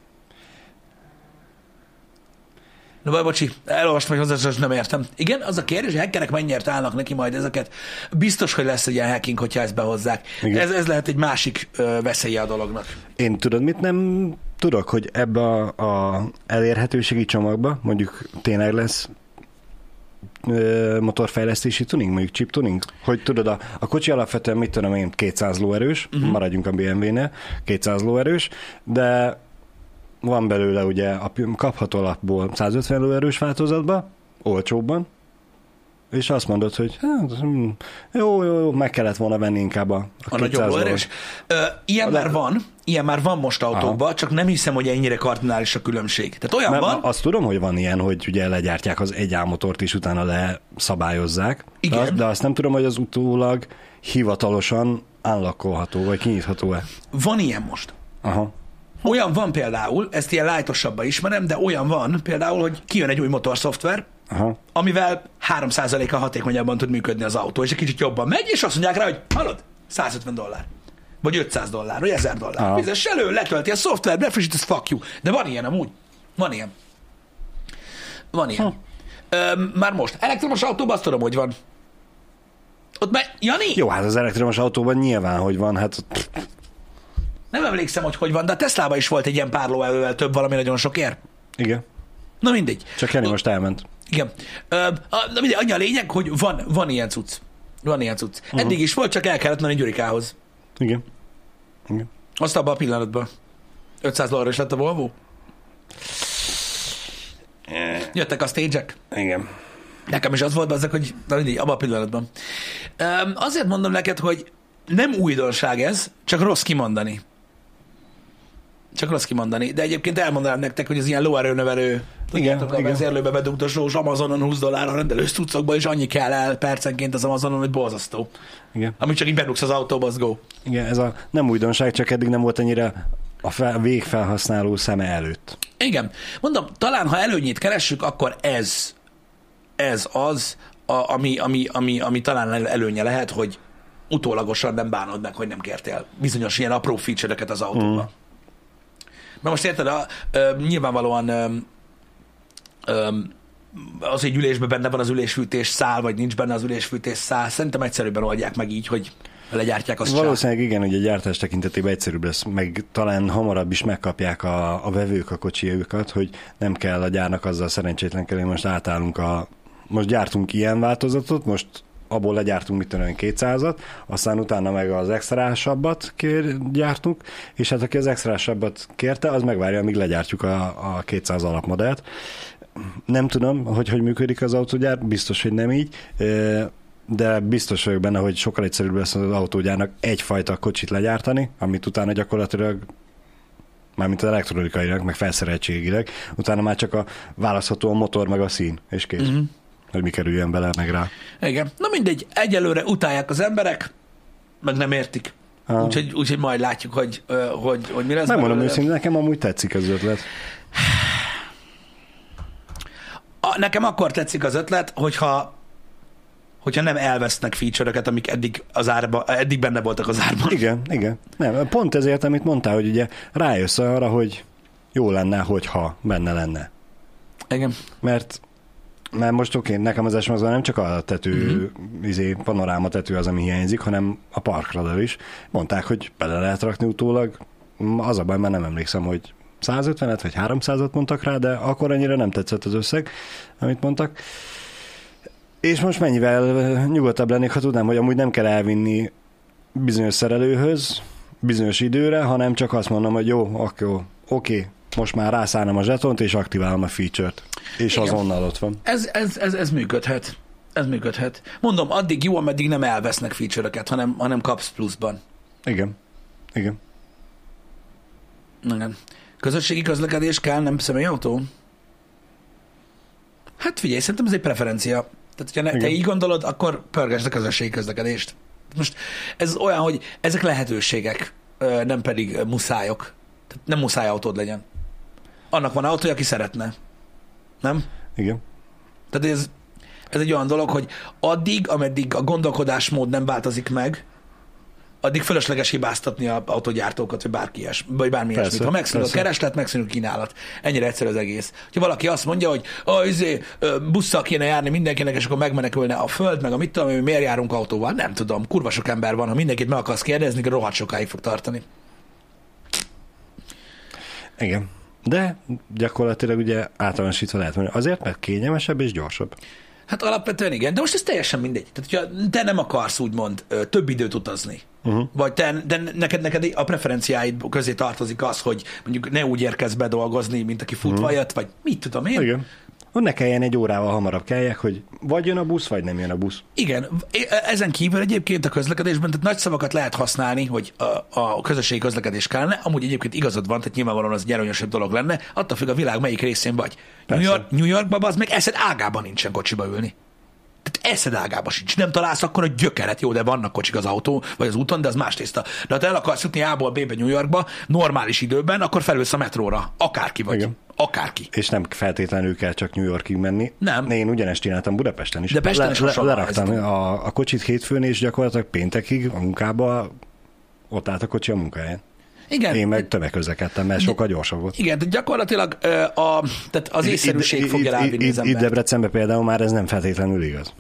Na baj, bocsi, elolvastam, hogy hozzá, nem értem. Igen, az a kérdés, hogy hackerek mennyiért állnak neki majd ezeket. Biztos, hogy lesz egy ilyen hacking, hogyha ezt behozzák. Ez lehet egy másik veszélye a dolognak. Én tudod, mit nem tudok, hogy ebbe a elérhetőségi csomagba mondjuk tényleg lesz motorfejlesztési tuning, mondjuk chip tuning, hogy tudod, a kocsi alapvetően mit tudom én, 200 lóerős, maradjunk a BMW-nél, 200 lóerős, de van belőle ugye kapható alapból 150 lóerős változatban, olcsóbban, és azt mondod, hogy hát, jó, meg kellett volna venni inkább a nagyobb lóerős. Ilyen már van most autókban, csak nem hiszem, hogy ennyire kardinális a különbség. Tehát olyan van... Azt tudom, hogy van ilyen, hogy ugye legyártják az 1A motort, és utána leszabályozzák. Igen. De azt nem tudom, hogy az utólag hivatalosan unlockolható, vagy kinyitható-e. Van ilyen most. Aha. Olyan van például, ezt ilyen light-osabban ismerem, de olyan van például, hogy kijön egy új motorszoftver, amivel 3%-kal hatékonyabban tud működni az autó, és egy kicsit jobban megy, és azt mondják rá, hogy hallod, $150, vagy $500, vagy $1000. Fizess elő, letölti a szoftvert, befrissít, ez fuck you. De van ilyen amúgy. Van ilyen. Már most. Elektromos autóban azt tudom, hogy van. Jani? Jó, hát az elektromos autóban nyilván, hogy van, hát Nem emlékszem, hogy van, de a Teslában is volt egy ilyen párlóerővel több valami nagyon sokért. igen. Na mindegy. Csak Jani most elment. Igen. Na mindegy, annyi a lényeg, hogy van ilyen cucc. Van ilyen cucc. Eddig is volt, csak el kellett menni Gyurikához. Igen. Igen. Azt abban a pillanatban. $500 is lett a Volvo. Jöttek a stage-ek. Igen. Nekem is az volt azok, hogy na mindig, abban a pillanatban. Azért mondom neked, hogy nem újdonság ez, csak rossz kimondani. Csak rossz kimondani. De egyébként elmondanám nektek, hogy az ilyen lóerőnövelő, tudjátok, a vezérlőbe bedugtasós Amazonon $20 rendelős cuccokba, és annyi kell el percenként az Amazonon, hogy borzasztó. Igen. Amit csak így bedugsz az autóba, az go. Igen, ez a nem újdonság, csak eddig nem volt annyira a végfelhasználó szeme előtt. Igen. Mondom, talán ha előnyét keressük, akkor ez az, ami talán előnye lehet, hogy utólagosan nem bánod meg, hogy nem kértél bizonyos ilyen apró feature-öket az autóba. Mert most érted, nyilvánvalóan az, hogy ülésben benne van az ülésfűtés szál, vagy nincs benne az ülésfűtés szál, szerintem egyszerűbben oldják meg így, hogy legyártják azt. Valószínűleg igen, hogy a gyártás tekintetében egyszerűbb lesz, meg talán hamarabb is megkapják a vevők a kocsijukat, hogy nem kell a gyárnak azzal szerencsétlenkedni, most átállunk most gyártunk ilyen változatot, most abból legyártunk mit tudom, 200-at, aztán utána meg az extrásabbat gyártunk, és hát aki az extrásabbat kérte, az megvárja, amíg legyártjuk a 200 alapmodellt. Nem tudom, hogy működik az autógyár, biztos, hogy nem így, de biztos vagyok benne, hogy sokkal egyszerűbb lesz az autógyárnak egyfajta kocsit legyártani, amit utána gyakorlatilag mármint az elektronikailag, meg felszereltségileg, utána már csak választható a motor, meg a szín, és kész. Hogy mi kerüljön bele, meg rá. Igen. Na mindegy, egyelőre utálják az emberek, meg nem értik. Úgyhogy majd látjuk, hogy mi lesz. Megmondom őszintén, nekem amúgy tetszik az ötlet. Nekem akkor tetszik az ötlet, hogyha nem elvesznek feature-öket, amik eddig benne voltak az árban. Igen. Nem, pont ezért, amit mondtál, hogy ugye rájössz arra, hogy jó lenne, hogyha benne lenne. Igen. Mert most oké, nekem az esmazban nem csak a tető, panoráma tető az, ami hiányzik, hanem a parkradar is. Mondták, hogy bele lehet rakni utólag. Az a baj, mert nem emlékszem, hogy 150-et vagy 300-at mondtak rá, de akkor annyira nem tetszett az összeg, amit mondtak. És most mennyivel nyugodtabb lennék, ha tudnám, hogy amúgy nem kell elvinni bizonyos szerelőhöz, bizonyos időre, hanem csak azt mondom, hogy oké, most már rászállnom a zsetont, és aktiválom a feature-t. És igen, azonnal ott van. Ez működhet. Ez működhet. Mondom, addig jó, ameddig nem elvesznek feature-öket, hanem kapsz pluszban. Igen. Igen. Közösségi közlekedés kell, nem személyautó? Hát figyelj, szerintem ez egy preferencia. Tehát, hogyha te így gondolod, akkor pörgesd a közösségi közlekedést. Most ez olyan, hogy ezek lehetőségek, nem pedig muszájok. Tehát nem muszáj autód legyen. Annak van autója, aki szeretne. Nem? Igen. Tehát ez egy olyan dolog, hogy addig, ameddig a gondolkodásmód nem változik meg, addig fölösleges hibáztatni az autógyártókat, vagy bármi ilyesmit. Ha megszűnik a kereslet, megszűnik a kínálat. Ennyire egyszerű az egész. Ha valaki azt mondja, hogy busszal kéne járni mindenkinek, és akkor megmenekülne a föld, meg a mit tudom, hogy miért járunk autóval, nem tudom. Kurva sok ember van, ha mindenkit meg akarsz kérdezni, rohadt sokáig fog tartani. Igen. De gyakorlatilag ugye általánosítva lehet mondani, azért, mert kényelmesebb és gyorsabb. Hát alapvetően igen, de most ez teljesen mindegy. Tehát, hogyha te nem akarsz úgymond több időt utazni, vagy neked a preferenciáid közé tartozik az, hogy mondjuk ne úgy érkezz be dolgozni, mint aki futva jött, vagy mit tudom én. Igen. Hogy ne kelljen egy órával hamarabb kelljek, hogy vagy jön a busz, vagy nem jön a busz. Igen, ezen kívül egyébként a közlekedésben tehát nagy szavakat lehet használni, hogy a közösségi közlekedés kellene, amúgy egyébként igazad van, tehát nyilvánvalóan az egy előnyösebb dolog lenne, attól függ a világ melyik részén vagy. New Yorkban az meg eszed ágában nincsen kocsiba ülni. Tehát eszed ágában sincs. Nem találsz akkor a gyökeret, jó, de vannak kocsik az autó, vagy az úton, de az más tészta. De ha te el akarsz jutni A-ból B-be New Yorkba, normális időben, akkor felülsz a metróra. Akárki vagy. Igen. Akárki. És nem feltétlenül kell csak New Yorkig menni. Nem. Én ugyanezt csináltam Budapesten is. De Pesten is leraktam a kocsit hétfőn, és gyakorlatilag péntekig a munkába ott állt a kocsi a munkahelyen. Igen. Én meg tömegközlekedtem, mert sokkal gyorsabb volt. Igen, de gyakorlatilag tehát az észszerűség fogja rávinni az embert. Itt Debrecenben például már ez nem feltétlenül igaz.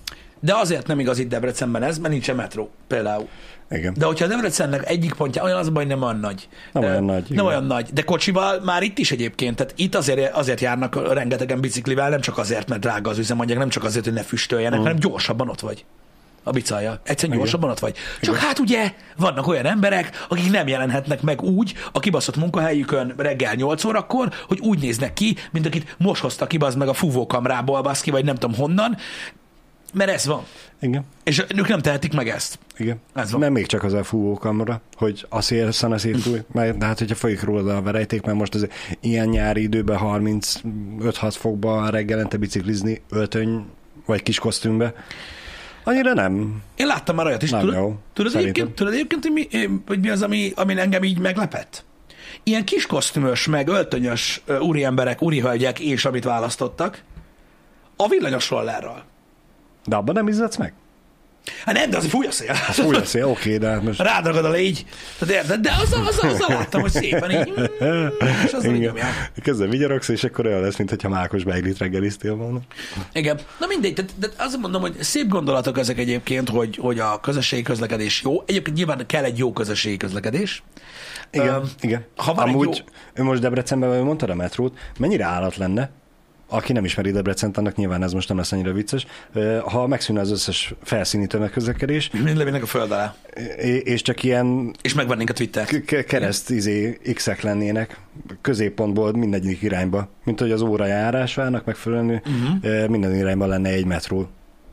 De azért nem igaz itt Debrecenben ez, mert nincsen metró például. Igen. De hogyha a Debrecennek egyik pontja, olyan az a baj, nem olyan nagy. Nem olyan nagy, Nem igen. olyan nagy. De kocsival már itt is egyébként. Tehát itt azért járnak rengetegen biciklivel, nem csak azért, mert drága az üzemanyag, nem csak azért, hogy ne füstöljenek, hanem gyorsabban ott vagy. A bicajjal. Egyszerűen gyorsabban ott vagy. Csak hát ugye vannak olyan emberek, akik nem jelenhetnek meg úgy a kibaszott munkahelyükön reggel 8 órakor, hogy úgy néznek ki, mint akit most hoztak ki bazd meg a fúvókamrából, baszki, vagy nem tudom honnan, mert ez van. Igen. És ők nem tehetik meg ezt. Igen. Ez van. Nem még csak az a fúvókamra, hogy a szanaszétúj, de hát hogyha folyik róla a verejték, mert most azért ilyen nyári időben 35-6 fokban reggelente biciklizni öltöny vagy kis kosztümbe, annyira nem. Én láttam már olyat is. Nem jó, Tudod egyébként, hogy mi az, ami engem így meglepett? Ilyen kis kosztümös, meg öltönyös úriemberek, úrihölgyek és amit választottak, a villanyos rollerral. De abban nem izzadsz meg? Hát nem, de az fúj a szél. Fúj a szél, oké, de hát most... Rádragad a légy. Tehát érted? De azzal láttam, hogy szépen így, és azzal így nyomják. Közben vigyorogsz, és akkor olyan lesz, mintha mákos beiglit reggeliztél volna. Igen. Na mindegy, de azt mondom, hogy szép gondolatok ezek egyébként, hogy a közösségi közlekedés jó. Egyébként nyilván kell egy jó közösségi közlekedés. Igen, igen. Ha van amúgy, ő most Debrecenben, vagy mondtad a metrót, mennyire állat lenne, aki nem ismeri Debrecent, annak nyilván ez most nem lesz annyira vicces, ha megszűnne az összes felszíni tömegközlekedés. Mind levinnek a föld alá. És csak ilyen És megvennénk a Twittert. kereszt X-ek lennének középpontból mindegyik irányba. Mint hogy az órajárásának megfelelően minden irányban lenne egy metró.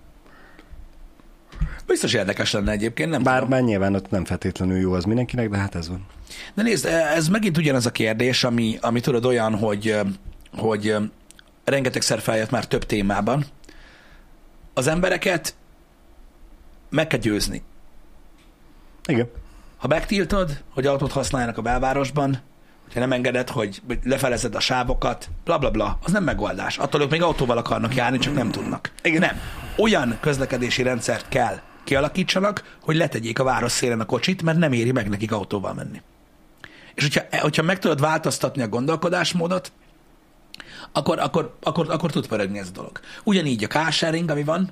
Biztos érdekes lenne egyébként, nem Bár tudom. nyilván ott nem feltétlenül jó az mindenkinek, de hát ez van. De nézd, ez megint ugyanaz a kérdés, ami tudod olyan, hogy rengetegszer feljött már több témában. Az embereket meg kell győzni. Igen. Ha megtiltod, hogy autót használjanak a belvárosban, hogyha nem engeded, hogy lefelezed a sávokat, blablabla, bla, bla, az nem megoldás. Attól ők még autóval akarnak járni, csak nem tudnak. Igen. Nem. Olyan közlekedési rendszert kell kialakítsanak, hogy letegyék a város szélen a kocsit, mert nem éri meg nekik autóval menni. És hogyha meg tudod változtatni a gondolkodásmódot, akkor tud pörögni ez a dolog. Ugyanígy a carsharing, ami van,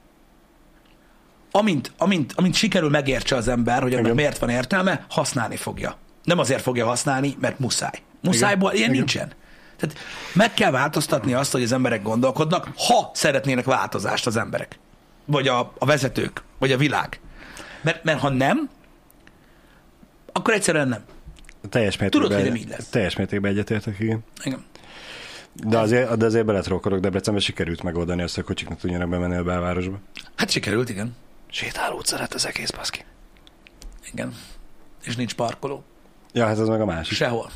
amint sikerül megértse az ember, hogy ennek miért van értelme, használni fogja. Nem azért fogja használni, mert muszáj. Muszájból ilyen nincsen. Tehát meg kell változtatni azt, hogy az emberek gondolkodnak, ha szeretnének változást az emberek. Vagy a vezetők, vagy a világ. Mert ha nem, akkor egyszerűen nem. Teljes Tudod, hogy nem így lesz. Teljes mértékben egyetértek, igen. Igen. De azért beletrókolok, Debrecenben sikerült megoldani azt, hogy kocsiknak tudjanak bemenni a belvárosba. Hát sikerült, igen. Sétáló utca lett az egész, baszki. Igen. És nincs parkoló. Ja, hát ez meg a másik. Sehol.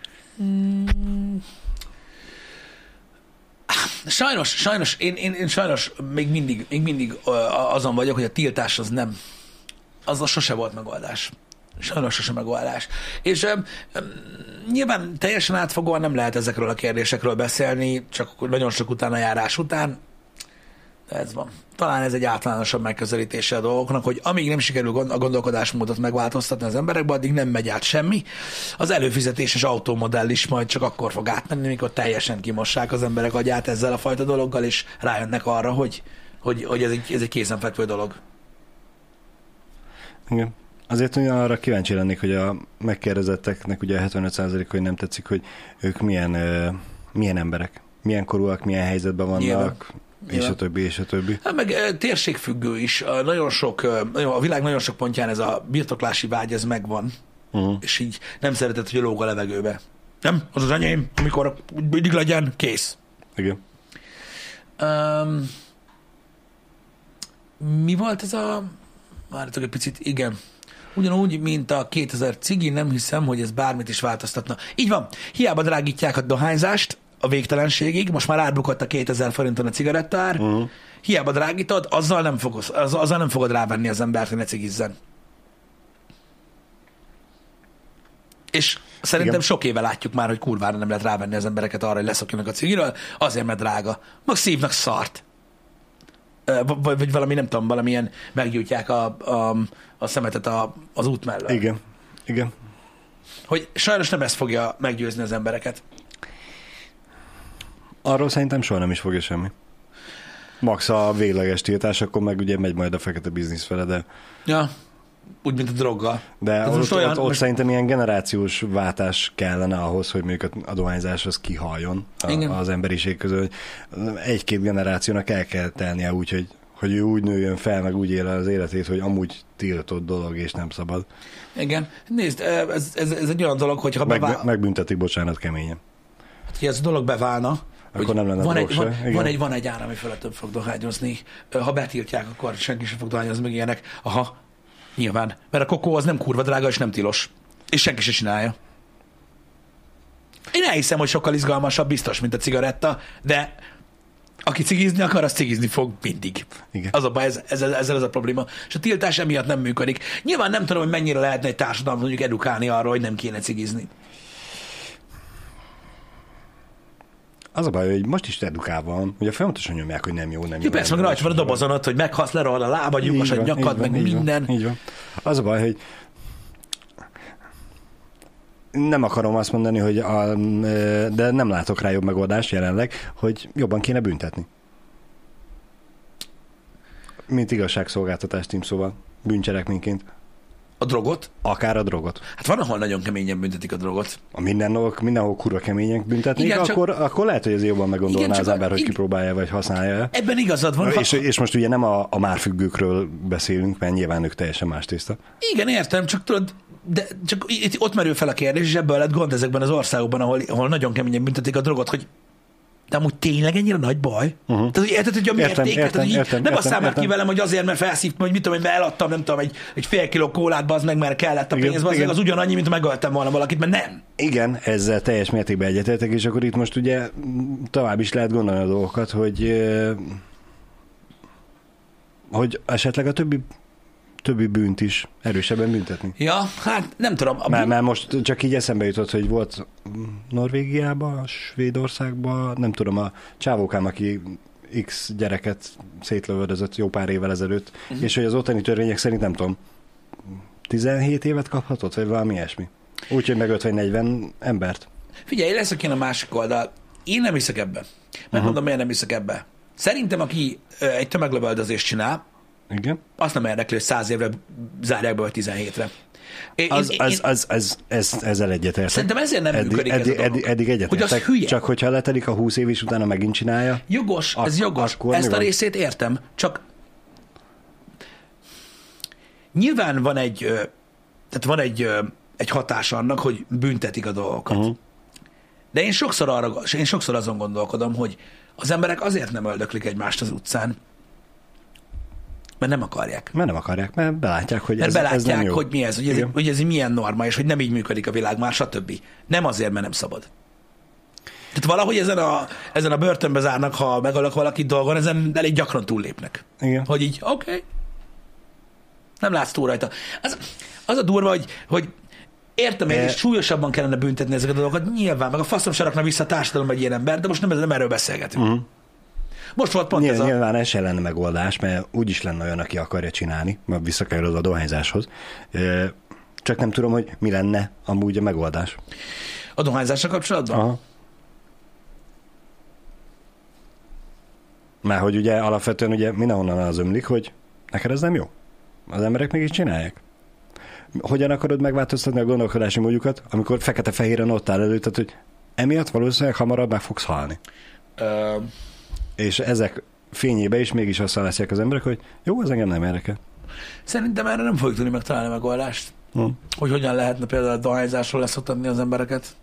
Sajnos, én sajnos még mindig azon vagyok, hogy a tiltás az nem, az sose volt megoldás. Sajnos sose megoldás. És nyilván teljesen átfogóan nem lehet ezekről a kérdésekről beszélni, csak nagyon sok utánajárás után, de ez van. Talán ez egy általánosabb megközelítése a dolgoknak, hogy amíg nem sikerül a gondolkodásmódot megváltoztatni az emberekbe, addig nem megy át semmi. Az előfizetéses autómodell is majd csak akkor fog átmenni, mikor teljesen kimossák az emberek agyát ezzel a fajta dologgal, és rájönnek arra, hogy ez egy kézenfekvő dolog. Igen. Azért olyan arra kíváncsi lennék, hogy a megkérdezetteknek ugye 75% hogy nem tetszik, hogy ők milyen emberek, milyen korúak, milyen helyzetben vannak, Nyilván. és a többi, és a többi. Hát meg térségfüggő is. A világ nagyon sok pontján ez a birtoklási vágy, ez megvan. És így nem szeretett, hogy lóg a levegőbe. Nem, az az enyém, amikor mindig legyen, kész. Igen. Mi volt ez a... Várjátok egy picit, igen. Ugyanúgy, mint a 2000 cigi, nem hiszem, hogy ez bármit is változtatna. Így van. Hiába drágítják a dohányzást a végtelenségig, most már átbukott a 2000 forinton a cigarettár, hiába drágítod, azzal nem fogod rávenni az embert, hogy ne cigizzen. És szerintem igen. Sok éve látjuk már, hogy kurvára nem lehet rávenni az embereket arra, hogy leszokjanak a cigiről, azért, mert drága. Mag szívnak szart. Vagy valami, nem tudom, valamilyen meggyújtják a szemetet az út mellett. Igen. Igen. Hogy sajnos nem ez fogja meggyőzni az embereket. Arról szerintem soha nem is fogja semmi. max a végleges tiltás, akkor meg ugye megy majd a fekete biznisz fele, de... Ja, úgy, mint a droggal. De ott szerintem ilyen generációs váltás kellene ahhoz, hogy mondjuk a dohányzás az kihaljon az emberiség közül. Egy-két generációnak el kell telnie úgy, hogy ő úgy nőjön fel, meg úgy él az életét, hogy amúgy tiltott dolog, és nem szabad. Igen. Nézd, ez egy olyan dolog, hogyha megbüntetik, bocsánat, keményen. Hát, ha ez a dolog beválna, akkor nem lenne van egy ára, ami fölött több fog dohányozni. Ha betiltják, akkor senki sem fog dohányozni, meg ilyenek. Aha, nyilván. Mert a kokó az nem kurva drága, és nem tilos. És senki se csinálja. Én elhiszem, hogy sokkal izgalmasabb, biztos, mint a cigaretta, de aki cigizni akar, az cigizni fog mindig. Igen. Az a baj, ezzel az a probléma. És a tiltás emiatt nem működik. Nyilván nem tudom, hogy mennyire lehetne egy társadalmat mondjuk edukálni arról, hogy nem kéne cigizni. Az a baj, hogy most is edukálva van, ugye folyamatosan nyomják, hogy nem jó, nem jó. Persze, meg rajta van a dobozonat, hogy meghalsz, lerohad a lábad, lyukas a nyakad, meg minden. Így van. Az a baj, hogy nem akarom azt mondani, hogy de nem látok rá jobb megoldást jelenleg, hogy jobban kéne büntetni. Mint igazságszolgáltatás címszóval. Bűncselekményként. A drogot? Akár a drogot. Hát van, ahol nagyon keményen büntetik a drogot. Mindenhol kurva keményen büntetnék, igen, akkor lehet, hogy ez jobban meggondolná az ember, hogy kipróbálja vagy használja. Ebben igazad van. És most ugye nem a márfüggőkről beszélünk, mert nyilván ők teljesen más tészta. Igen, értem, csak tudod, de csak ott merül fel a kérdés, és ebből lett gond ezekben az országokban, ahol nagyon keményen büntetik a drogot, hogy de amúgy tényleg ennyire nagy baj? Tehát, hogy érted, hogy a mértéket? Nem azt számol ki velem, hogy azért, mert felszívtam, hogy mit tudom, hogy eladtam, nem tudom, egy fél kiló kólát, bazd meg, mert kellett a pénz, az ugyanannyi, mint megöltem volna valakit, mert nem. Igen, ezzel teljes mértékben egyetértek, és akkor itt most ugye tovább is lehet gondolni a dolgokat, hogy esetleg a többi bűnt is erősebben büntetni. Ja, hát nem tudom. Mert most csak így eszembe jutott, hogy volt Norvégiában, Svédországban, nem tudom, a csávókám, aki X gyereket szétlövöldözött jó pár évvel ezelőtt, és hogy az ottani törvények szerint nem tudom, 17 évet kaphatott, vagy valami ilyesmi. Úgyhogy meg 50-40 embert. Figyelj, leszek én a másik oldal. Én nem hiszek ebbe. Megmondom, miért nem hiszek ebbe. Szerintem, aki egy tömeglövöldözést csinál, igen, azt nem érdekli, hogy 100 évre zárják be, vagy 17-re. Ezzel egyetértek. Szerintem ezért nem működik ez a dolog. Eddig egyetértek. Csak hogyha letelik a 20 év, és utána megint csinálja. Jogos, ez jogos. Ezt a részét értem. Csak nyilván van egy hatás annak, hogy büntetik a dolgokat. De én sokszor azon gondolkodom, hogy az emberek azért nem öldöklik egymást az utcán, mert nem akarják. Mert belátják, hogy ez nem jó. Hogy mi ez, hogy ez milyen norma, és hogy nem így működik a világ már, stb. Nem azért, mert nem szabad. Tehát valahogy ezen a börtönbe zárnak, ha megölök valakit dolgon, ezen elég gyakran túllépnek. Igen. Hogy így, oké. Nem látsz túl rajta. Az a durva, hogy értem én, és súlyosabban kellene büntetni ezeket a dolgokat. Nyilván, meg a faszom sarakna vissza a társadalomba egy ilyen ember, de most nem erről beszélgetünk. Most volt pont Nyilván ez se lenne megoldás, mert úgyis lenne olyan, aki akarja csinálni, mert visszakerül a dohányzáshoz. Csak nem tudom, hogy mi lenne amúgy a megoldás. A dohányzással kapcsolatban? Aha. Mert hogy ugye alapvetően ugye mindenhonnan az ömlik, hogy neked ez nem jó. Az emberek mégis csinálják. Hogyan akarod megváltoztatni a gondolkodási módjukat, amikor fekete-fehéren ott áll előtted, hogy emiatt valószínűleg hamarabb meg fogsz halni. És ezek fényébe is mégis azt választják az emberek, hogy jó, ez engem nem érdekel. Szerintem erre nem fogjuk tudni megtalálni megoldást. Hogy hogyan lehetne például a dohányzásról leszoktatni az embereket.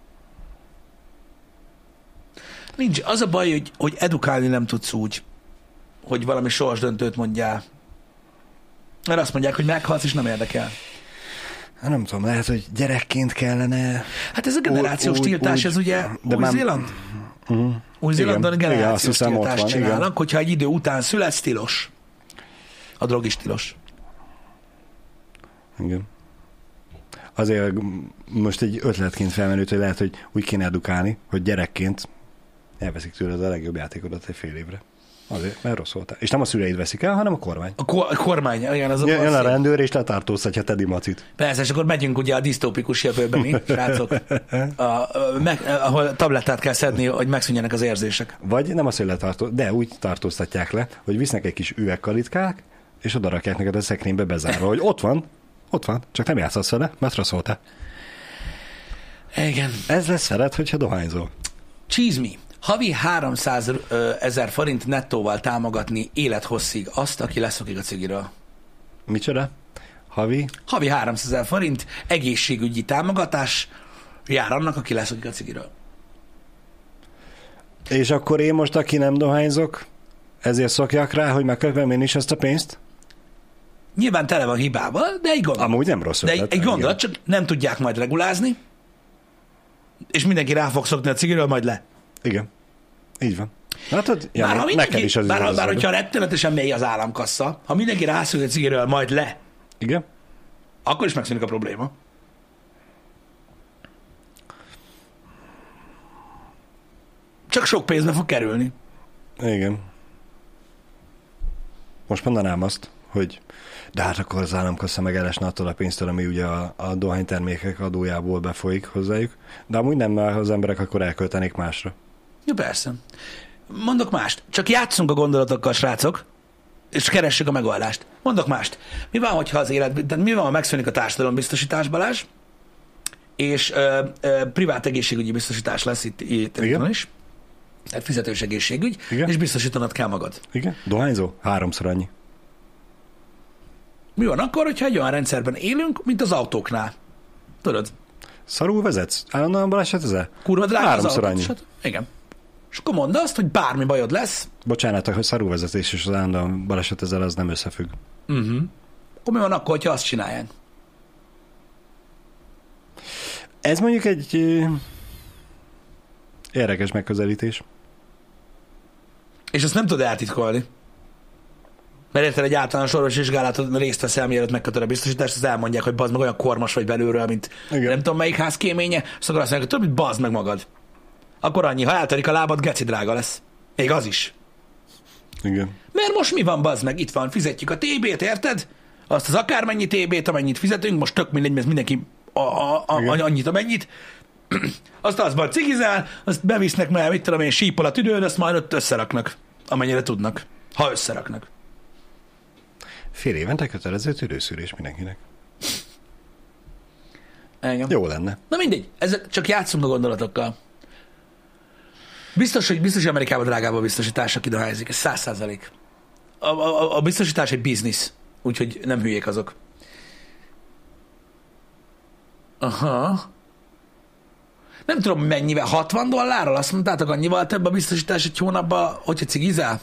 Nincs. Az a baj, hogy edukálni nem tudsz úgy, hogy valami sorsdöntőt mondjál. Mert azt mondják, hogy meghalsz, és nem érdekel. Nem tudom, lehet, hogy gyerekként kellene... Hát ez a generációs tiltás, ez ugye Új-Zéland? Új-Zélandon generációs tiltást csinálnak, igen. Hogyha egy idő után születsz, tilos. A drog is tilos. Igen. Azért most egy ötletként felmerült, hogy lehet, hogy úgy kéne edukálni, hogy gyerekként elveszik tőled a legjobb játékodat egy fél évre. Azért, mert rossz voltál. És nem a szüleid veszik el, hanem a kormány. A kormány, igen, az Jön a rendőr, és letartóztatja Teddy Macit. Persze, és akkor megyünk ugye a disztópikus jövőbe, mi, srácok, ahol tablettát kell szedni, hogy megszűnjenek az érzések. Vagy nem az, hogy de úgy tartóztatják le, hogy visznek egy kis üvegkalitkák, és oda rakják neked a szekrénybe bezárva, hogy ott van, csak nem játszasz vele, mert rossz voltál. Igen. Ez lesz veled, hogyha dohányzol. Cheese me. Havi 300 000 forint nettóval támogatni élethosszig azt, aki leszokik a cigiről. Micsoda? Havi 300 000 forint egészségügyi támogatás jár annak, aki leszokik a cigiről. És akkor én most, aki nem dohányzok, ezért szokjak rá, hogy megköpem én is ezt a pénzt? Nyilván tele van hibával, de egy gondolat. Amúgy nem rossz De ötlet. egy gondolat, csak nem tudják majd regulázni, és mindenki rá fog szokni a cigiről, majd le. Igen. Így van. Látod? Ja, Bár, ha neked mindenki, is az bár hogyha rettenetesen mély az államkassa, ha mindenki rászokik a cigiről, majd le, Igen? akkor is megszűnik a probléma. Csak sok pénzbe fog kerülni. Igen. Most mondanám azt, hogy de hát akkor az államkassa meg elesne attól a pénztől, ami ugye a dohánytermékek adójából befolyik hozzájuk, de amúgy nem, mert az emberek akkor elköltenék másra. Ja, persze. Mondok mást. Csak játszunk a gondolatokkal, srácok, és keressük a megoldást. Mondok mást. Mi van, hogyha az élet, tehát mi van, ha megszűnik a társadalombiztosítás, Balázs, és privát egészségügyi biztosítás lesz itt is, tehát fizetős egészségügy, Igen. és biztosítanod kell magad. Igen? Dohányzó? 3-szor annyi. Mi van akkor, hogyha egy olyan rendszerben élünk, mint az autóknál? Tudod? Szarul vezetsz? Állandóan balesetezel? Kurva drága az 3-szor autó. annyi. Igen. És akkor mondd azt, hogy bármi bajod lesz, Bocsánat, hogy szarul vezetés és az állandóan balesetezel, az nem összefügg. akkor mi van akkor, hogyha azt csinálják? Ez mondjuk egy érdekes megközelítés. És ezt nem tudod eltitkolni. Mert érted, egy általános orvosi vizsgálaton részt veszel, mielőtt megkötöd a biztosítást, azt elmondják, hogy bazd meg olyan kormas vagy belülről, mint Igen. nem tudom melyik ház kéménye, és akkor azt mondják, hogy több, mint bazd meg magad. Akkor annyi, ha eltörik a lábad, geci drága lesz. Még az is. Igen. Mert most mi van, bazd meg? Itt van, fizetjük a TB-t, érted? Azt az akármennyi TB-t, amennyit fizetünk, most tök mindegy, mert mindenki annyit, amennyit. Azt az majd cigizel, azt bevisznek, mert mit tudom én, sípol a tüdőn, azt majd ott összeraknak, amennyire tudnak. Ha összeraknak. Fél évente kötelező tüdőszűrés mindenkinek. Engem. Jó lenne. Na mindegy, csak játszunk a gondolatokkal. Biztos, hogy Amerikában drágább a biztosítás, aki dohányzik. Ez 100%. A biztosítás egy biznisz, úgyhogy nem hülyék azok. Aha. Nem tudom, mennyivel, $60? Azt mondtátok, annyival több a biztosítás egy hónapban, hogyha cigizel?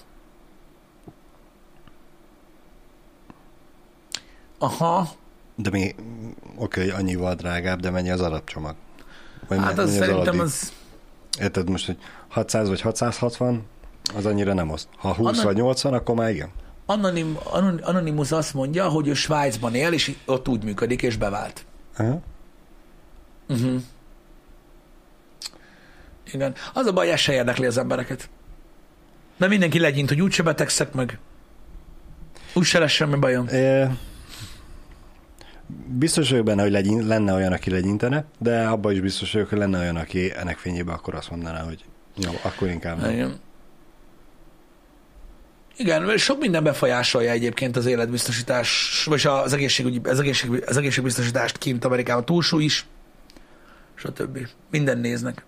Aha. De mi, oké, annyival drágább, de mennyi az alapcsomag? Vagy Hát az szerintem az... Érted most, hogy 600 vagy 660, az annyira nem oszt. Ha 20 vagy 80, akkor már igen. Anonymous azt mondja, hogy ő Svájcban él, és ott úgy működik, és bevált. Aha. Igen. Az a baj, ez se érdekli az embereket. De mindenki legyint, hogy úgyse betegszek meg. Úgyse lesz semmi bajom. Biztos vagyok benne, hogy lenne olyan, aki legyintene, de abban is biztos vagyok, hogy lenne olyan, aki ennek fényében akkor azt mondaná, hogy jó, akkor inkább nem. Igen. Igen, sok minden befolyásolja egyébként az életbiztosítás, vagy az egészségbiztosítást kint Amerikában. Túlsúly is, stb. Minden néznek.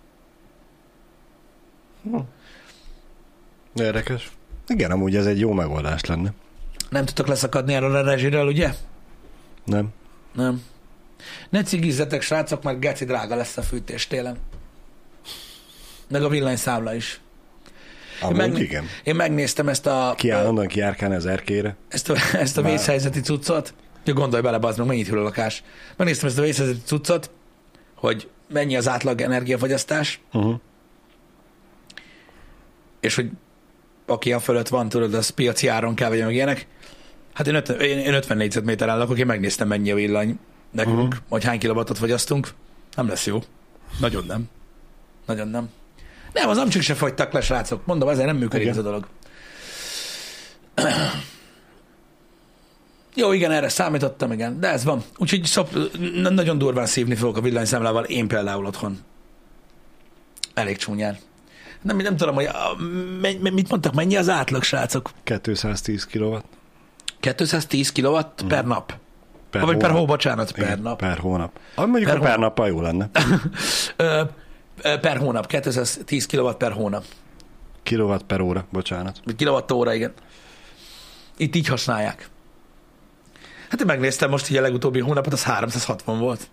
Érdekes. Igen, amúgy ez egy jó megoldás lenne. Nem tudtok leszakadni erről a rezsiről, ugye? Nem. Nem. Ne cigizzetek, srácok, mert geci drága lesz a fűtés télen. Meg a villanyszámla is. Amúgy igen. Én megnéztem ezt a... Onnan kijárkálni az erkére. Ezt a vészhelyzeti cuccot. Ja, gondolj bele, bazd meg, mennyit hűl a lakás. Megnéztem ezt a vészhelyzeti cuccot, hogy mennyi az átlag energiafogyasztás, és hogy aki a fölött van, tudod, az piaci áron kell vegyen meg ilyenek. Hát én 50 négyzetméteren lakok, én megnéztem, mennyi a villany nekünk, hogy hány kilowattot fogyasztunk. Nem lesz jó. Nagyon nem. Nagyon nem. Nem, az amcsik se fogytak le, srácok. Mondom, ezért nem működik ez a dolog. Jó, igen, erre számítottam, igen, de ez van. Úgyhogy nagyon durván szívni fogok a villanyszámlával, én például otthon. Elég csúnyán. Nem tudom, hogy mit mondtak, mennyi az átlag, srácok? 210 kW. 210 kW per nap. Vagy per hó, bocsánat, per nap. Per hónap. Mondjuk per nappal jó lenne. Per hónap, 210 kW per hónap. Kilowatt per óra, bocsánat. Kilowattóra, igen. Itt így használják. Hát én megnéztem most így a legutóbbi hónapot, az 360 volt.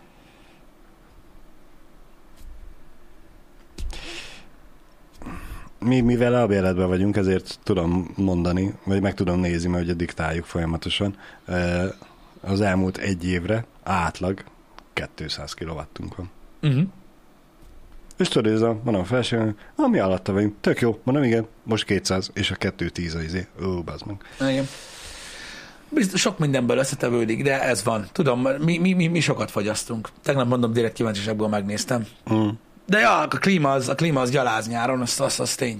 Mivel albérletben vagyunk, ezért tudom mondani, vagy meg tudom nézni, mert ugye diktáljuk folyamatosan. Az elmúlt egy évre átlag 200 kilowattunk van. Uh-huh. És tudod, ez mondom felségem, ami alatta vagyunk, tök jó, mondom igen, most 200, és a 210 a izé. Ó, bazd meg. Igen. Biztos sok mindenből összetevődik, de ez van. Tudom, mi sokat fogyasztunk. Tegnap mondom, direkt kíváncsiságból megnéztem. De ja, a klíma az gyaláz nyáron, az tény.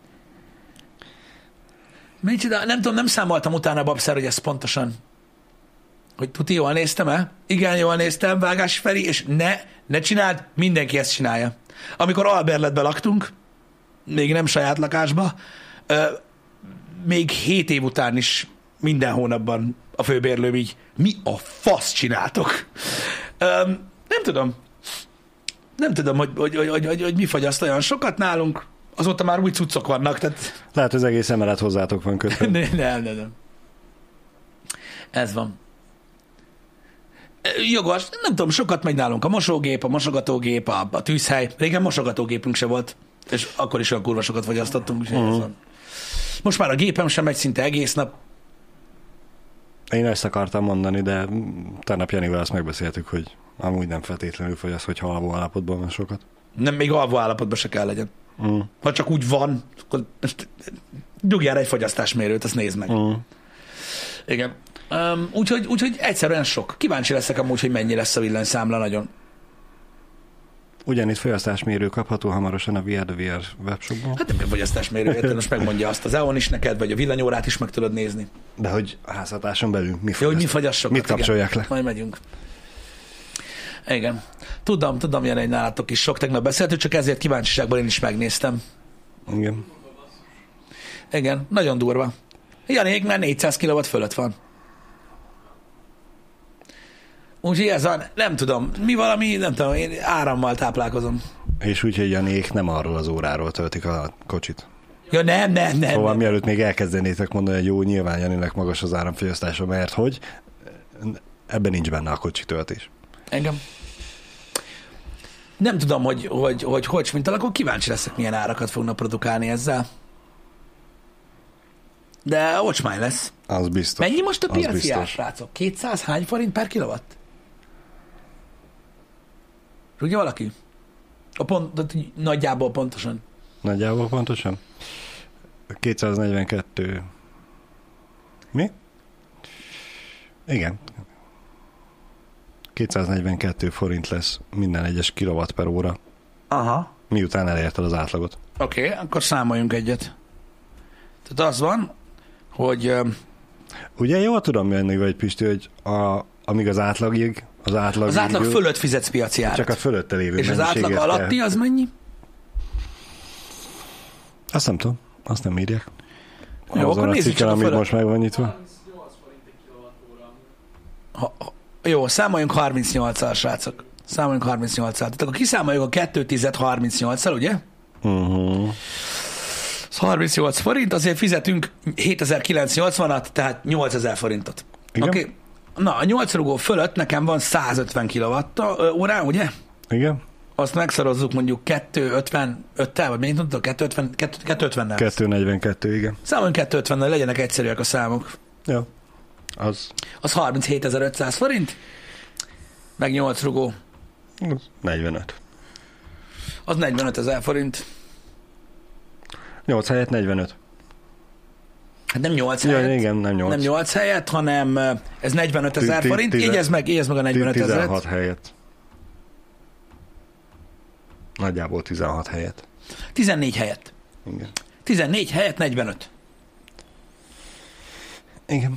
Micsoda, nem tudom, nem számoltam utána, Babszer, hogy ez pontosan, hogy tuti, jól néztem-e? Igen, jól néztem, Vágás Feri, és ne csináld, mindenki ezt csinálja. Amikor albérletben laktunk, még nem saját lakásba, még 7 év után is minden hónapban a főbérlőm így, mi a fasz csináltok? Nem tudom, hogy mi fogyaszt olyan sokat nálunk, azóta már új cuccok vannak, tehát... Lehet, az egész emelet hozzátok van kötve. Nem. Ez van. Jogos, nem tudom, sokat megy nálunk a mosógép, a mosogatógép, a tűzhely. Régen mosogatógépünk se volt, és akkor is olyan kurva sokat fogyasztottunk. Most már a gépem sem megy szinte egész nap. Én ezt akartam mondani, de tegnap Janivel azt megbeszéltük, hogy amúgy nem feltétlenül fogyaszt, hogy alvó állapotban van sokat. Nem, még alvó állapotban se kell legyen. Ha csak úgy van, akkor dugjál egy fogyasztásmérőt, azt nézd meg. Igen. Úgyhogy egyszerűen sok. Kíváncsi leszek amúgy, hogy mennyi lesz a villanyszámla nagyon. Ugyanitt fogyasztásmérő kapható hamarosan a VR webshopban. Hát nem fogyasztásmérő, most megmondja azt az EON is neked, vagy a villanyórát is meg tudod nézni. De hogy a háztartáson belül mi fogyaszt? Hogy mi fogyaszt sokat, mit kapcsolják le? Majd megyünk. Igen. Tudom, ilyen egy nálatok is sok, tegnap beszéltük, csak ezért kíváncsiságból én is megnéztem. Igen, nagyon durva. Janék már 400 kW fölött van. Úgyhogy ez a, nem tudom, én árammal táplálkozom. És úgyhogy Janék nem arról az óráról töltik a kocsit. Ja, nem. Szóval mielőtt még elkezdenétek mondani, hogy jó, nyilván Janinek magas az áramfogyasztása, mert hogy ebben nincs benne a kocsi töltés. Engem. Nem tudom, hogy mint akkor kíváncsi leszek, milyen árakat fognak produkálni ezzel. De ocsmány lesz. Az biztos. Mennyi most a piaci ár, srácok? 200 hány forint per kilowatt? Tudja valaki? Nagyjából pontosan. Nagyjából pontosan? 242. Mi? Igen. 242 forint lesz minden egyes kilowatt per óra. Aha. Miután elérted az átlagot. Oké, akkor számoljunk egyet. Tehát az van, hogy... Ugye jól tudom jönni, vagy Pisti, hogy amíg az átlagig... Az átlag fölött fizetsz piaci árat. Csak a fölötte lévő és az átlag alatti az mennyi? Azt nem tudom. Azt nem írják. Jó, akkor nézzük csak a fölött. Most meg van nyitva. 38 forint egy kilowattóra. Jó, számoljunk 38-al, srácok. Számoljunk 38-al. Tehát akkor kiszámoljuk a 2,10-et 38-al, ugye? Az 38 forint, azért fizetünk 7980-at, tehát 8000 forintot. Oké. Na, a 8 rugó fölött nekem van 150 kWh, ugye? Igen. Azt megszorozzuk mondjuk 255-tel, vagy mennyit mondtad? 250-nel. 242, igen. Számoljunk 250-nel, legyenek egyszerűek a számok. Jó. Az 37.500 forint, meg 8 rugó. 45. Az 45.000 forint. 8 helyett 45. Hát nem 8 helyett. Ja, igen, nem 8. Nem 8 helyett, hanem ez 45.000 forint. Jegyezd meg a 45.000. 16 helyett. Nagyjából 16 helyett. 14 helyett. Igen. 14 helyett 45. Igen.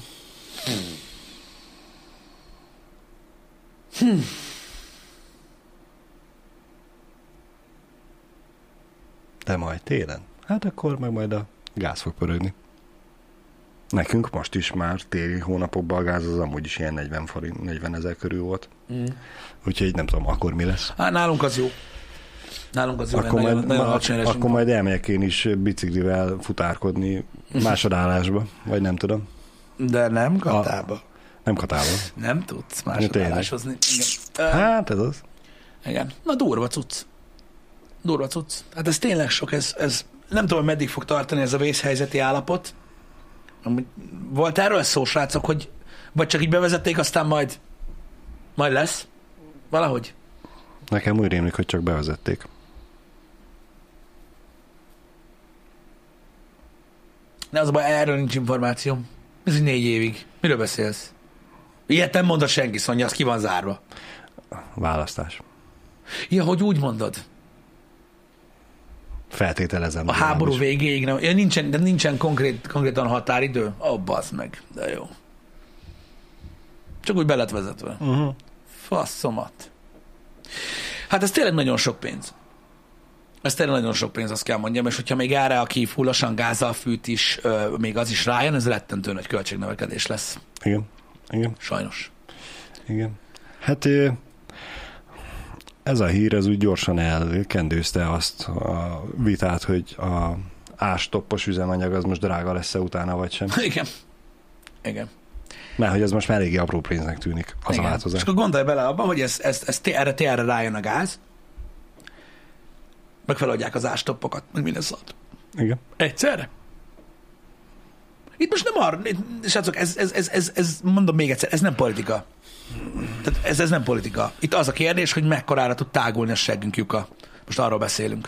De majd télen? Hát akkor meg majd a gáz fog pörögni. Nekünk most is már téli hónapokban a gáz az amúgy is ilyen 40 ezer körül volt. Úgyhogy nem tudom, akkor mi lesz. Hát nálunk az jó. Nálunk az jó, Akkor nagyon, majd, nagyon alacsony akkor rezsünk. majd elmegyek én is biciklivel futárkodni másodállásba, vagy nem tudom. De nem Katába. Nem Katába. Nem tudsz tényleg. másodállásozni. Igen. Hát ez az. Igen. Na durva cucc. Durva cucc. Hát ez tényleg sok, ez nem tudom, hogy meddig fog tartani ez a vészhelyzeti állapot. Amúgy volt erről szó, srácok, hogy vagy csak így bevezették, aztán majd lesz? Valahogy? Nekem úgy rémlik, hogy csak bevezették. De az a baj, erről nincs információm. Ez így 4 évig. Miről beszélsz? Ilyet nem mondott senki, Szonya, az ki van zárva. Választás. Ja, hogy úgy mondod. Feltételezem. A háború végéig nem. Ja, nincsen konkrétan határidő? Ó, bazd meg. De jó. Csak úgy be lett vezetve. Uh-huh. Passzomat. Hát ez tényleg nagyon sok pénz. Ez tényleg nagyon sok pénz, azt kell mondjam, és hogyha még erre, aki fullosan gázzal fűt is, még az is rájön, ez rettentő nagy költségnövekedés lesz. Igen. Igen. Sajnos. Igen. Hát ez a hír, ez úgy gyorsan elkendőzte azt a vitát, hogy a ástoppos üzemanyag az most drága lesz-e utána, vagy sem. Igen. Igen. Mert hogy ez most már eléggé apró pénznek tűnik, az Igen. a változás. És akkor gondolj bele abba, hogy erre rájön a gáz, meg feladják az ástoppokat, meg minden szart. Igen. Egyszerre? Itt most nem arra, srácok, ez mondom még egyszer, ez nem politika. Tehát ez nem politika. Itt az a kérdés, hogy mekkorára tud tágulni a seggünk lyuka. Most arról beszélünk.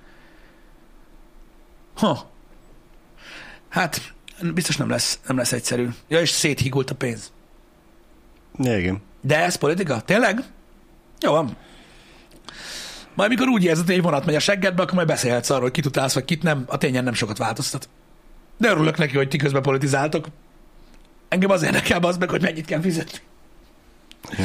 Hát, biztos nem lesz egyszerű. Ja, és széthigult a pénz. Ja, igen. De ez politika? Tényleg? Jó van. Majd mikor úgy érzed, hogy egy vonat megy a seggedbe, akkor majd beszélhetsz arról, hogy kit utálsz, vagy kit nem. A tényen nem sokat változtat. De örülök neki, hogy ti közben politizáltok. Engem az érdekel, az meg, hogy mennyit kell fizetni. Igen.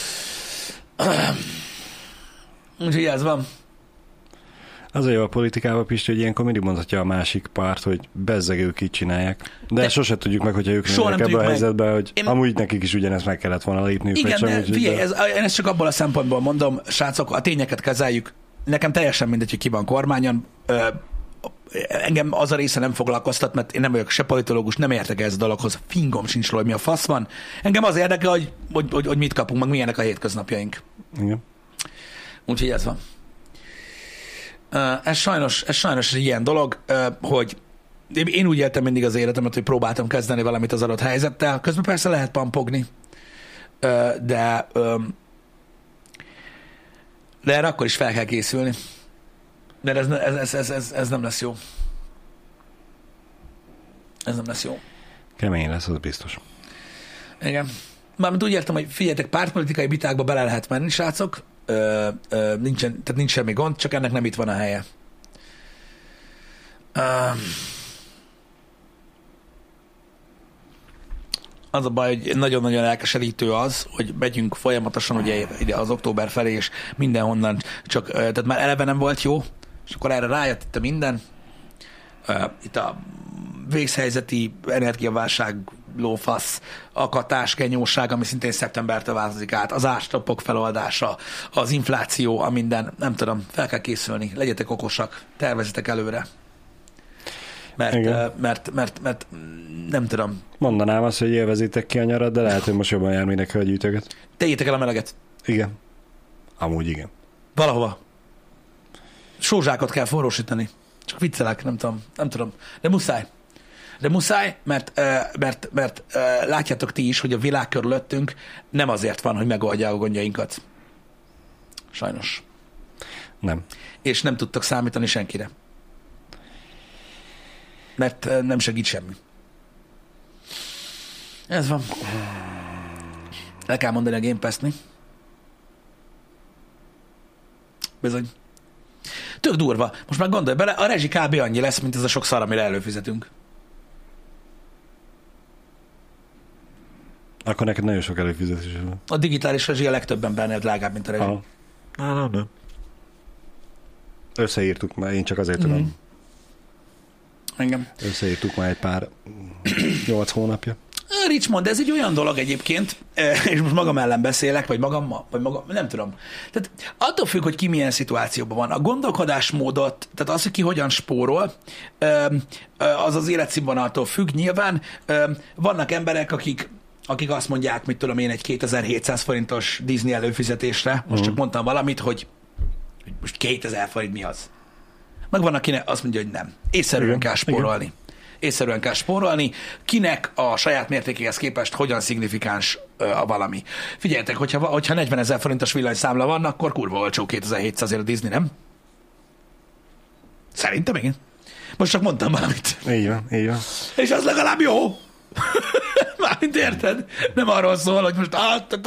Úgyhogy ez van. Az a jó a politikában, Pisti, hogy ilyenkor mindig mondhatja a másik párt, hogy bezzeg ők így csinálják. De sose tudjuk meg, hogyha ők Soha lennének nem ebbe a tudjuk helyzetben, hogy amúgy nekik is ugyanezt meg kellett volna lépniük. Igen, sem, de úgyhogy figyelj, én ezt csak abból a szempontból mondom, srácok, a tényeket kezeljük. Nekem teljesen mindegy, hogy ki van kormányon. Engem az a része nem foglalkoztat, mert én nem vagyok se politológus, nem értek ez a dologhoz. Fingom sincs róla, hogy mi a fasz van. Engem az érdekel, hogy mit kapunk, meg milyenek a hétköznapjaink. Igen. Úgyhogy ez van. Ez sajnos egy ilyen dolog, hogy én úgy éltem mindig az életemet, hogy próbáltam kezdeni valamit az adott helyzettel. Közben persze lehet pampogni, de erre akkor is fel kell készülni. De ez nem lesz jó. Ez nem lesz jó. Kemény lesz, az biztos. Igen. Mármint úgy értem, hogy figyeljetek, pártpolitikai vitákba bele lehet menni, srácok. Tehát nincs semmi gond, csak ennek nem itt van a helye. Az a baj, hogy nagyon-nagyon elkeserítő az, hogy megyünk folyamatosan ugye ide az október felé, és mindenhonnan csak, tehát már eleve nem volt jó, és akkor erre rájött itt a minden. Itt a vészhelyzeti energiaválság, lófasz, akatás, genyóság, ami szintén szeptembertől változik át, az ástoppok feloldása, az infláció, a minden, nem tudom, fel kell készülni, legyetek okosak, tervezitek előre. Mert nem tudom. Mondanám azt, hogy élvezitek ki a nyarat, de lehet, hogy most jobban jár mindenki a gyűjtöget. Tegyétek el a meleget. Igen. Amúgy igen. Valahova. Sózsákot kell forrósítani. Csak viccelek, nem tudom. De muszáj, mert látjátok ti is, hogy a világ körülöttünk nem azért van, hogy megoldja a gondjainkat. Sajnos. Nem. És nem tudtok számítani senkire. Mert nem segít semmi. Ez van. Le kell mondani a Game Pass-ni. Bizony. Tök durva. Most már gondolj bele, a rezsi kb. Annyi lesz, mint ez a sok szar, amire előfizetünk. Akkor neked nagyon sok előfizetés van. A digitális rezsi a legtöbben benne drágább, mint a rezsi. Nem. Összeírtuk már, én csak azért tudom. Engem. Összeírtuk már egy pár 8 hónapja. Richmond, ez egy olyan dolog egyébként, és most magam ellen beszélek, vagy magammal, vagy magam, nem tudom. Tehát attól függ, hogy ki milyen szituációban van. A gondolkodásmódot, tehát az, hogy ki hogyan spórol, az az életszínvonaltól függ nyilván. Vannak emberek, akik azt mondják, mit tudom én, egy 2700 forintos Disney előfizetésre, most csak mondtam valamit, hogy most 2000 forint mi az? Meg van, aki azt mondja, hogy nem. Észszerűen kell spórolni. Észszerűen kell spórolni, kinek a saját mértékéhez képest hogyan szignifikáns a valami. Figyeljetek, hogyha 40 000 forintos villanyszámla van, akkor kurva olcsó 2700 a Disney, nem? Szerintem igen. Most csak mondtam valamit. Így van. És az legalább jó. Mármint érted? Nem arról szól, hogy most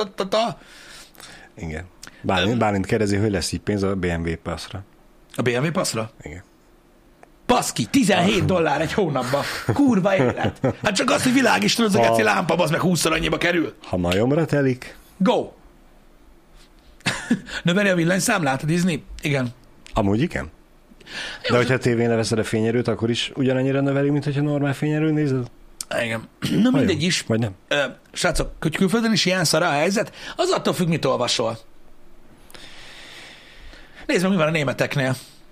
Igen. Bálint kérdezi, hogy lesz így pénz a BMW passzra. A BMW passzra? Igen. Baszki, $17 egy hónapban. Kurva élet. Hát csak azt, hogy világítsd, az a geci lámpa, az meg 20-szor annyiba kerül. Ha majomra telik. Go! Növeli a villanyszámlát a Disney? Igen. Amúgy igen. De hogyha tévén leveszed a fényerőt, akkor is ugyanannyira növeli, mint hogyha normál fényerőn nézed? Igen. Na mindegy is. Vagy nem? Srácok, hogy külföldön is ilyen szar a helyzet, az attól függ, mit olvasol. Nézd meg, mi van a németeknél.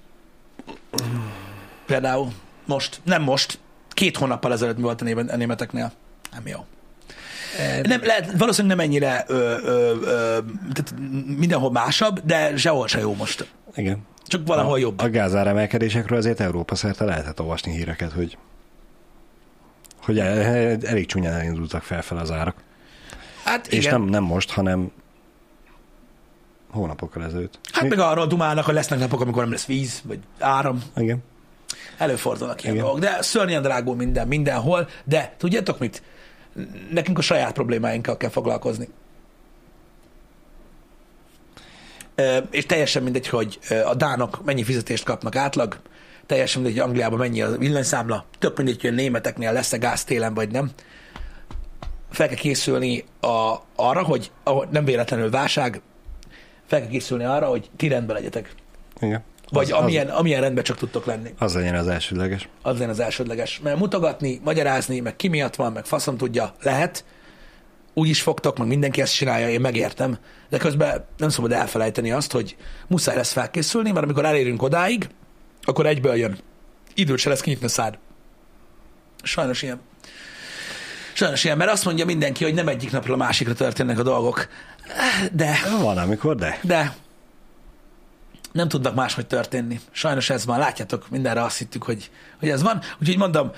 Például nem most, 2 hónappal ezelőtt mi volt a németeknél. Nem jó. Nem, valószínűleg nem ennyire tehát mindenhol másabb, de sehol se jó most. Igen. Csak valahol jobb. A gázáremelkedésekről azért Európa szerte lehetett olvasni híreket, hogy elég csúnyán elindultak felfel az árak. Hát és igen. nem most, hanem hónapokkal ezelőtt. Hát meg arról dumálnak, hogy lesznek napok, amikor nem lesz víz, vagy áram. Igen. Előfordulnak ilyen dolgok. De szörnyen drágul mindenhol. De tudjátok mit? Nekünk a saját problémáinkkal kell foglalkozni. És teljesen mindegy, hogy a dánok mennyi fizetést kapnak átlag, teljesen mindegy, hogy Angliában mennyi a villanyszámla, tök mindegy, hogy a németeknél lesz-e gáz télen, vagy nem. Fel kell készülni arra, hogy nem véletlenül válság, fel kell készülni arra, hogy ti rendben legyetek. Igen. Vagy amilyen rendben csak tudtok lenni. Az legyen az elsődleges. Az legyen az elsődleges. Mert mutogatni, magyarázni, meg ki miatt van, meg faszom tudja, lehet. Úgy is fogtok, meg mindenki ezt csinálja, én megértem. De közben nem szabad elfelejteni azt, hogy muszáj lesz felkészülni, mert amikor elérünk odáig, akkor egyből jön. Időt se lesz kinyitni a szád. Sajnos ilyen. Mert azt mondja mindenki, hogy nem egyik napról a másikra történnek a dolgok. De. Van, amikor de. De. Nem tudnak máshogy történni. Sajnos ez van. Látjátok, mindenre azt hittük, hogy ez van. Úgyhogy mondom,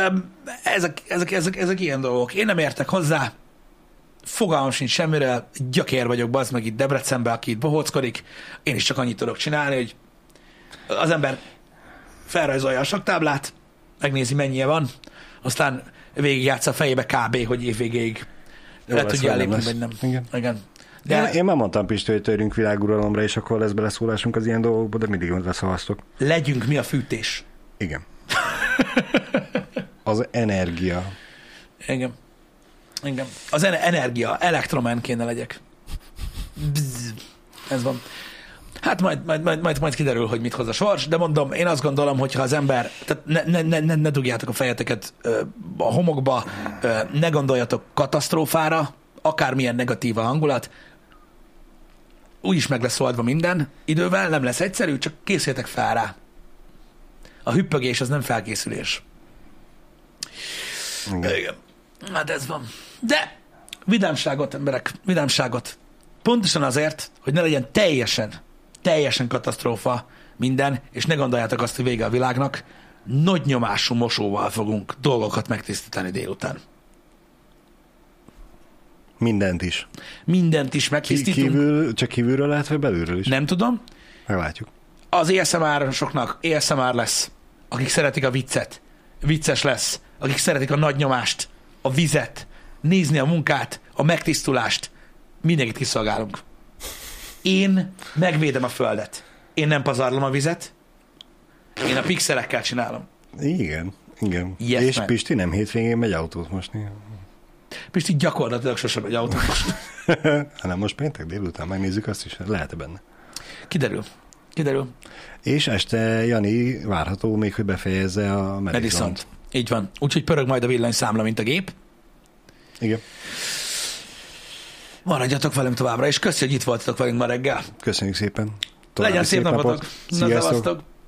ezek ilyen dolgok. Én nem értek hozzá. Fogalmam sincs semmiről. Gyakér vagyok, bazd meg itt Debrecenben, aki itt bohóckodik. Én is csak annyit tudok csinálni, hogy az ember felrajzolja a saktáblát, megnézi, mennyie van, aztán végigjátsza a fejébe kb., hogy évvégéig le tudja elépni, vagy nem. Igen. De én már mondtam, Pisti, hogy törjünk világuralomra, és akkor lesz beleszólásunk az ilyen dolgokba, de mindig leszavaztok. Legyünk mi a fűtés. Igen. Az energia. Igen. Az energia, elektromen kéne legyek. Bzz. Ez van. Hát majd kiderül, hogy mit hoz a sors, de mondom, én azt gondolom, hogyha az ember, tehát ne dugjátok a fejeteket a homokba, ne gondoljatok katasztrófára, akármilyen negatív a hangulat, úgyis meg lesz oldva minden idővel, nem lesz egyszerű, csak készüljetek fel rá. A hüppögés az nem felkészülés. Igen. Hát ez van. De vidámságot, emberek, vidámságot. Pontosan azért, hogy ne legyen teljesen katasztrófa minden, és ne gondoljátok azt, hogy vége a világnak, nagy nyomású mosóval fogunk dolgokat megtisztítani délután. Mindent is. Mindent is megtisztítunk. Csak kívülről lehet, vagy belülről is? Nem tudom. Meglátjuk. Az ASMR-soknak ASMR lesz, akik szeretik a viccet. Vicces lesz. Akik szeretik a nagy nyomást, a vizet, nézni a munkát, a megtisztulást. Mindenkit kiszolgálunk. Én megvédem a földet. Én nem pazarlom a vizet. Én a pixelekkel csinálom. Igen. Yes, és man. Pisti nem hétvégén megy autót mosni. Pisti gyakorlatilag sosem megy autóbusz. hanem most péntek délután megnézzük azt is, lehet-e benne. Kiderül. És este Jani várható még, hogy befejezze a Madison-t. Így van. Úgyhogy pörög majd a villanyszámla, mint a gép. Igen. Maradjatok velünk továbbra, és köszi, hogy itt voltatok velünk ma reggel. Köszönjük szépen. Legyen szép napotok. Na, Sziasztok. szevasztok.